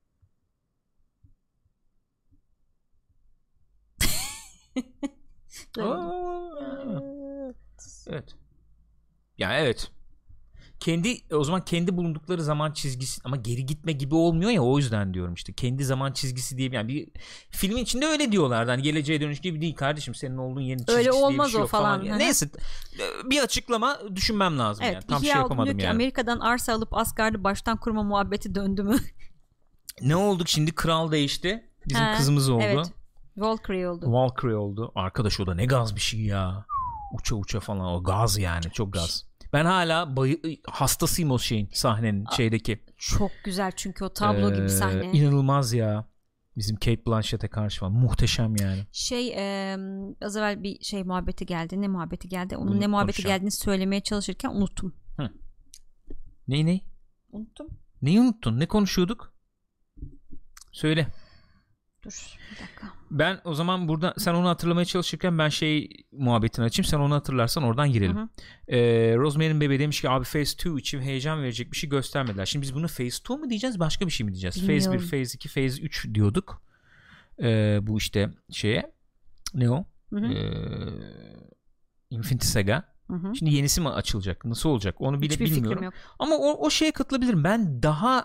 Evet. Ya evet. O zaman kendi bulundukları zaman çizgisi ama geri gitme gibi olmuyor ya, o yüzden diyorum işte kendi zaman çizgisi diye yani bir filmin içinde öyle diyorlardı hani geleceğe dönüş gibi değil kardeşim, senin olduğun yerin çizgisi öyle olmaz diye bir şey yok falan. Yani. Neyse bir açıklama düşünmem lazım yani. Tam şey yapamadım yani. Amerika'dan arsa alıp Asgard'ı baştan kurma muhabbeti döndü mü? Ne olduk şimdi, kral değişti, bizim kızımız oldu. Evet. Valkyrie oldu. Arkadaş o da ne gaz bir şey ya. Uça falan, o gaz yani, çok gaz. Ben hala hastasıyım o sahnenin şeydeki. Çok güzel çünkü o tablo gibi sahne. İnanılmaz ya. Bizim Cate Blanchett'e karşı falan muhteşem yani. Az evvel bir muhabbeti geldi. Ne muhabbeti geldi? Onun ne muhabbeti geldiğini söylemeye çalışırken unuttum. Ne? Unuttum. Neyi unuttun? Ne konuşuyorduk? Söyle. Dur bir dakika. Ben o zaman burada sen onu hatırlamaya çalışırken ben muhabbetini açayım, sen onu hatırlarsan oradan girelim. Rosemary'nin Bebeği demiş ki abi Phase 2 için heyecan verecek bir şey göstermediler. Şimdi biz bunu Phase 2 mu diyeceğiz, başka bir şey mi diyeceğiz? Bilmiyorum. Phase 1, Phase 2, Phase 3 diyorduk. Bu işte ne o? Infinity Saga. Şimdi yenisi mi açılacak? Nasıl olacak? Onu bile bilmiyorum. Ama o şeye katılabilirim. Ben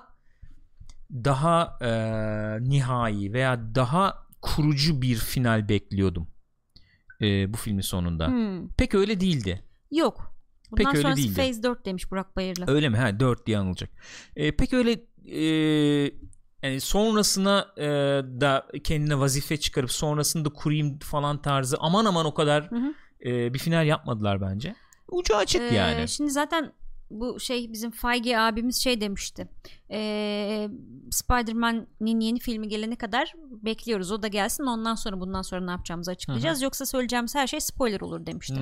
daha nihai veya daha kurucu bir final bekliyordum bu filmin sonunda. Pek öyle değildi. Yok. Bundan pek sonrası Phase 4 demiş Burak Bayırlı. Öyle mi? 4 diye anılacak. Pek öyle yani sonrasına da kendine vazife çıkarıp sonrasında kurayım falan tarzı aman o kadar bir final yapmadılar bence. Ucu açık yani. Şimdi zaten bu bizim Feige abimiz demişti. Spider-Man'in yeni filmi gelene kadar bekliyoruz. O da gelsin, ondan sonra bundan sonra ne yapacağımızı açıklayacağız. Yoksa söyleyeceğimiz her şey spoiler olur demişti.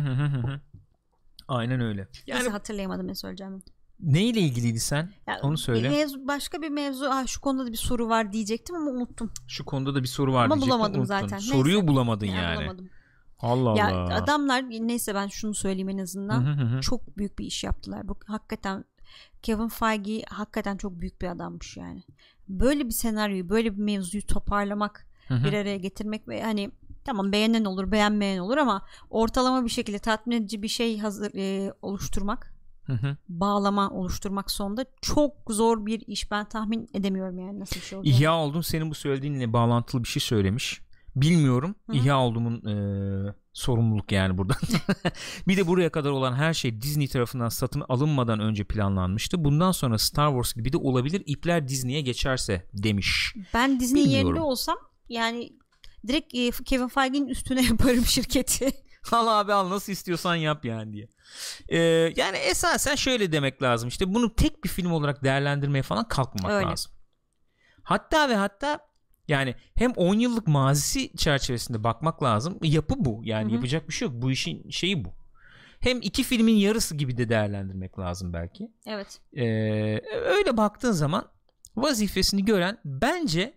Aynen öyle. Yani, nasıl hatırlayamadım ne söyleyeceğimi. Neyle ilgiliydi sen? Onu söyle. Başka bir mevzu. Şu konuda da bir soru var diyecektim ama unuttum. Şu konuda da bir soru var diyecektim. Ama bulamadım zaten. Soruyu neyse. Bulamadın yani. Bulamadım. Allah ya Allah. Adamlar neyse ben şunu söyleyeyim en azından. Çok büyük bir iş yaptılar. Bu hakikaten Kevin Feige hakikaten çok büyük bir adammış yani. Böyle bir senaryoyu, böyle bir mevzuyu toparlamak, bir araya getirmek ve hani tamam beğenen olur, beğenmeyen olur ama ortalama bir şekilde tatmin edici bir şey oluşturmak, bağlama oluşturmak sonunda çok zor bir iş. Ben tahmin edemiyorum yani nasıl bir şey olacak. İhya oldum, senin bu söylediğinle bağlantılı bir şey söylemiş. Bilmiyorum. İhya olduğumun sorumluluk yani buradan. Bir de buraya kadar olan her şey Disney tarafından satın alınmadan önce planlanmıştı. Bundan sonra Star Wars gibi de olabilir. İpler Disney'e geçerse demiş. Ben Disney yerinde olsam yani direkt Kevin Feige'nin üstüne yaparım şirketi. Al abi al, nasıl istiyorsan yap yani diye. Yani esasen şöyle demek lazım. İşte bunu tek bir film olarak değerlendirmeye falan kalkmamak lazım. Hatta yani hem 10 yıllık mazisi çerçevesinde bakmak lazım. Yapı bu. Yani yapacak bir şey yok. Bu işin şeyi bu. Hem iki filmin yarısı gibi de değerlendirmek lazım belki. Evet. Öyle baktığın zaman vazifesini gören bence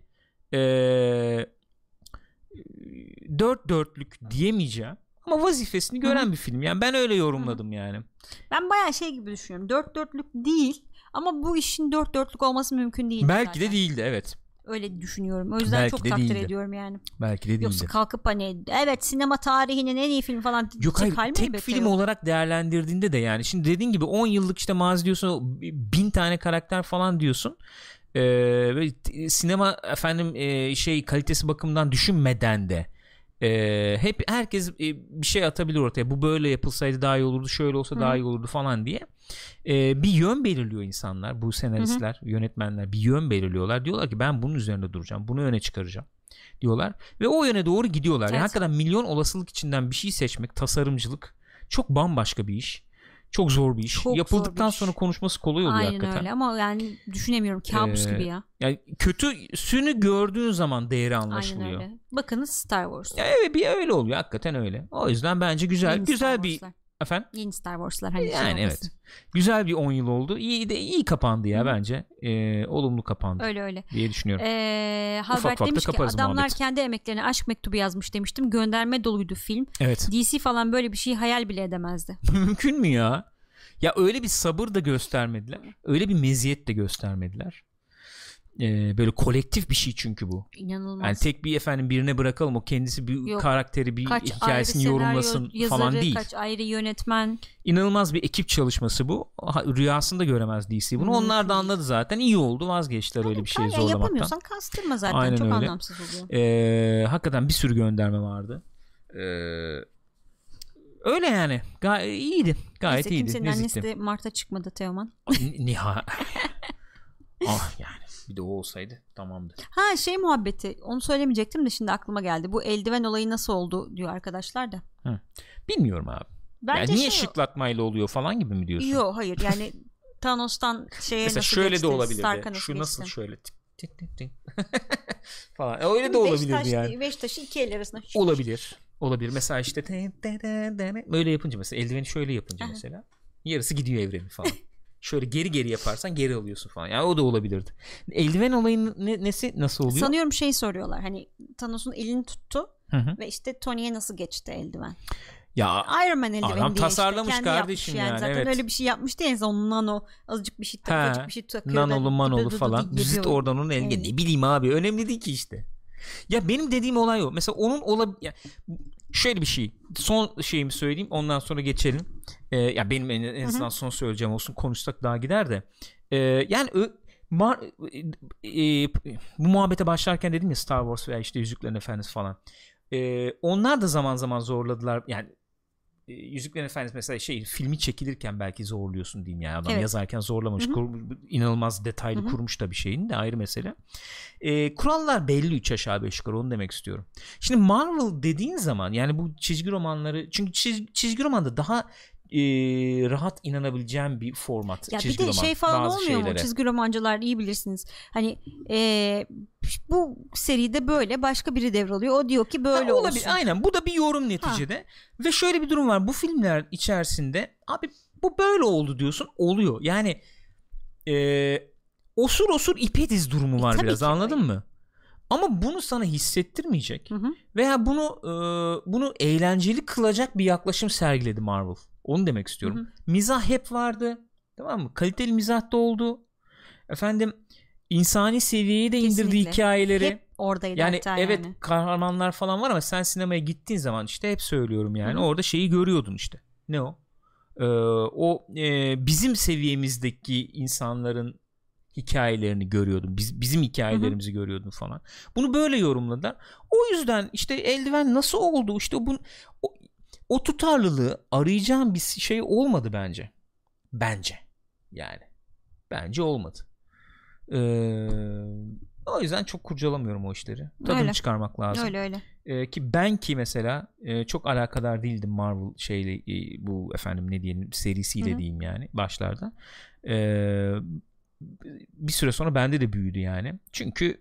4/4'lük diyemeyeceğim ama vazifesini gören bir film. Yani ben öyle yorumladım yani. Ben bayağı gibi düşünüyorum. 4/4'lük değil ama bu işin 4/4'lük olması mümkün değil. Belki de değildi, evet. Öyle düşünüyorum. O yüzden belki çok takdir ediyorum yani. Belki de değildi. Yoksa kalkıp hani evet sinema tarihinin en iyi filmi falan yok, hayır, tek film olarak değerlendirdiğinde de yani şimdi dediğin gibi 10 yıllık işte mazi diyorsun, 1000 tane karakter falan diyorsun. ve sinema efendim kalitesi bakımından düşünmeden de hep herkes bir şey atabilir ortaya. Bu böyle yapılsaydı daha iyi olurdu, şöyle olsa daha iyi olurdu falan diye. Bir yön belirliyor insanlar, bu senaristler, yönetmenler bir yön belirliyorlar. Diyorlar ki ben bunun üzerinde duracağım, bunu öne çıkaracağım diyorlar ve o yöne doğru gidiyorlar. Evet. Yani hakikaten milyon olasılık içinden bir şey seçmek, tasarımcılık çok bambaşka bir iş. Çok zor bir iş. Çok yapıldıktan sonra konuşması kolay oluyor. Aynen hakikaten. Öyle ama yani düşünemiyorum, kabus gibi ya. Yani kötüsünü gördüğün zaman değeri anlaşılıyor. Aynen öyle. Bakınız Star Wars. Ya evet, bir öyle oluyor hakikaten öyle. O yüzden bence güzel bir efendim. Yeni Star Wars'lar hani yani evet. Güzel bir 10 yıl oldu. İyi kapandı ya bence. Olumlu kapandı. Öyle. Diye düşünüyorum. Halbert demiş ki adamlar muhabbeti. Kendi emeklerine aşk mektubu yazmış demiştim. Gönderme doluydu film. Evet. DC falan böyle bir şey hayal bile edemezdi. Mümkün mü ya? Ya öyle bir sabır da göstermediler. Öyle bir meziyet de göstermediler. Böyle kolektif bir şey çünkü bu. İnanılmaz. Yani tek bir efendim birine bırakalım, o kendisi bir karakteri, bir hikayesini yorumlasın yazarı, falan değil. Kaç ayrı yönetmen. İnanılmaz bir ekip çalışması bu. Rüyasında göremez DC bunu. Onlar da anladı zaten. İyi oldu, vazgeçtiler öyle bir şey zorlamaktan. Yapamıyorsan kastırma zaten. Aynen çok öyle. Anlamsız oluyor. Hakikaten bir sürü gönderme vardı. Öyle yani. İyiydi. Gayet iyiydi. Kimsenin annesi de Mart'a çıkmadı Teoman. Nihayet. Yani. Bir de o olsaydı tamamdır. Muhabbeti. Onu söylemeyecektim de şimdi aklıma geldi. Bu eldiven olayı nasıl oldu diyor arkadaşlar da. Bilmiyorum abi. Yani niye şıklatmayla oluyor falan gibi mi diyorsun? Yok hayır yani Thanos'tan şeye mesela nasıl şöyle geçti? De olabilirdi. Şu nasıl şöyle falan. Öyle de olabilirdi yani. Beş taşı iki el arasında. Olabilir. Mesela işte böyle yapınca mesela eldiveni şöyle yapınca mesela yarısı gidiyor evreni falan. Şöyle geri yaparsan geri alıyorsun falan. Yani o da olabilirdi. Eldiven olayının nesi nasıl oluyor? Sanıyorum soruyorlar. Hani Thanos'un elini tuttu ve işte Tony'ye nasıl geçti eldiven? Ya Iron Man eldiveni adam diye tasarlamış işte. kardeşim yani. Zaten evet. Öyle bir şey yapmıştı ya. Onun nano azıcık bir şey takıyor. Nanolu falan. Zıt oradan onun eline. Evet. Ne bileyim abi. Önemli değil ki işte. Ya benim dediğim olay o. Mesela onun şöyle bir şey. Son şeyimi söyleyeyim. Ondan sonra geçelim. Ya benim en azından son söyleyeceğim olsun. Konuşsak daha gider de. Yani bu muhabbete başlarken dedim ya Star Wars veya işte Yüzüklerin Efendisi falan. Onlar da zaman zaman zorladılar. Yani Yüzüklerin Efendisi mesela filmi çekilirken belki zorluyorsun diyeyim yani adam yazarken zorlamış, inanılmaz detaylı kurmuş da bir şeyin de ayrı mesele. Kurallar belli 3 aşağı 5 yukarı, onu demek istiyorum. Şimdi Marvel dediğin zaman yani bu çizgi romanları, çünkü çizgi romanda daha rahat inanabileceğim bir format. Ya bir de roman, falan olmuyor mu? Çizgi romancılar iyi bilirsiniz. Hani bu seride böyle başka biri devralıyor. O diyor ki böyle olsun. Olabilir. Aynen. Bu da bir yorum neticede. Ve şöyle bir durum var. Bu filmler içerisinde abi bu böyle oldu diyorsun. Oluyor. Yani osur ipe diz durumu var biraz. Anladın mı? Ama bunu sana hissettirmeyecek. Veya bunu eğlenceli kılacak bir yaklaşım sergiledi Marvel. Onu demek istiyorum. Mizah hep vardı. Tamam mı? Kaliteli mizah da oldu. Efendim insani seviyeye de indirdi hikayeleri. Hep oradaydı yani hatta evet yani. Kahramanlar falan var ama sen sinemaya gittiğin zaman işte hep söylüyorum yani orada şeyi görüyordun işte. Ne o? Bizim seviyemizdeki insanların hikayelerini görüyordun. Bizim hikayelerimizi görüyordun falan. Bunu böyle yorumladılar. O yüzden işte eldiven nasıl oldu? İşte o tutarlılığı arayacağım bir şey olmadı bence. Yani. Bence olmadı. O yüzden çok kurcalamıyorum o işleri. Tadını çıkarmak lazım. Öyle. Ki mesela çok alakadar değildim Marvel bu efendim ne diyelim serisiyle diyeyim yani başlarda. Bir süre sonra bende de büyüdü yani. Çünkü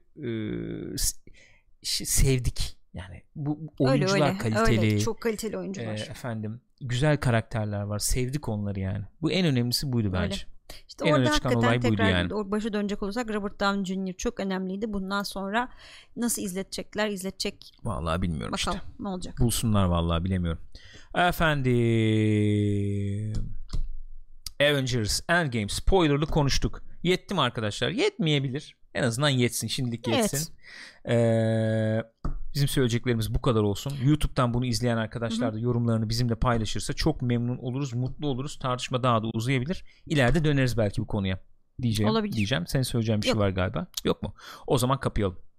sevdik. Yani bu oyuncular kaliteli. Öyle. Çok kaliteli oyuncular. Efendim güzel karakterler var. Sevdik onları yani. Bu en önemlisi buydu bence. İşte en orada hakikaten tekrar yani. Başa dönecek olursak Robert Downey Jr. çok önemliydi. Bundan sonra nasıl izletecek. Vallahi bilmiyorum bakalım işte. Ne olacak? Bulsunlar vallahi bilemiyorum. Efendim Avengers Endgame spoilerlı konuştuk. Yetti mi arkadaşlar? Yetmeyebilir. En azından yetsin. Şimdilik yetsin. Bizim söyleyeceklerimiz bu kadar olsun. YouTube'dan bunu izleyen arkadaşlar da yorumlarını bizimle paylaşırsa çok memnun oluruz, mutlu oluruz. Tartışma daha da uzayabilir. İleride döneriz belki bu konuya. diyeceğim. Olabilir. Senin söyleyeceğin bir şey var galiba. Yok mu? O zaman kapayalım.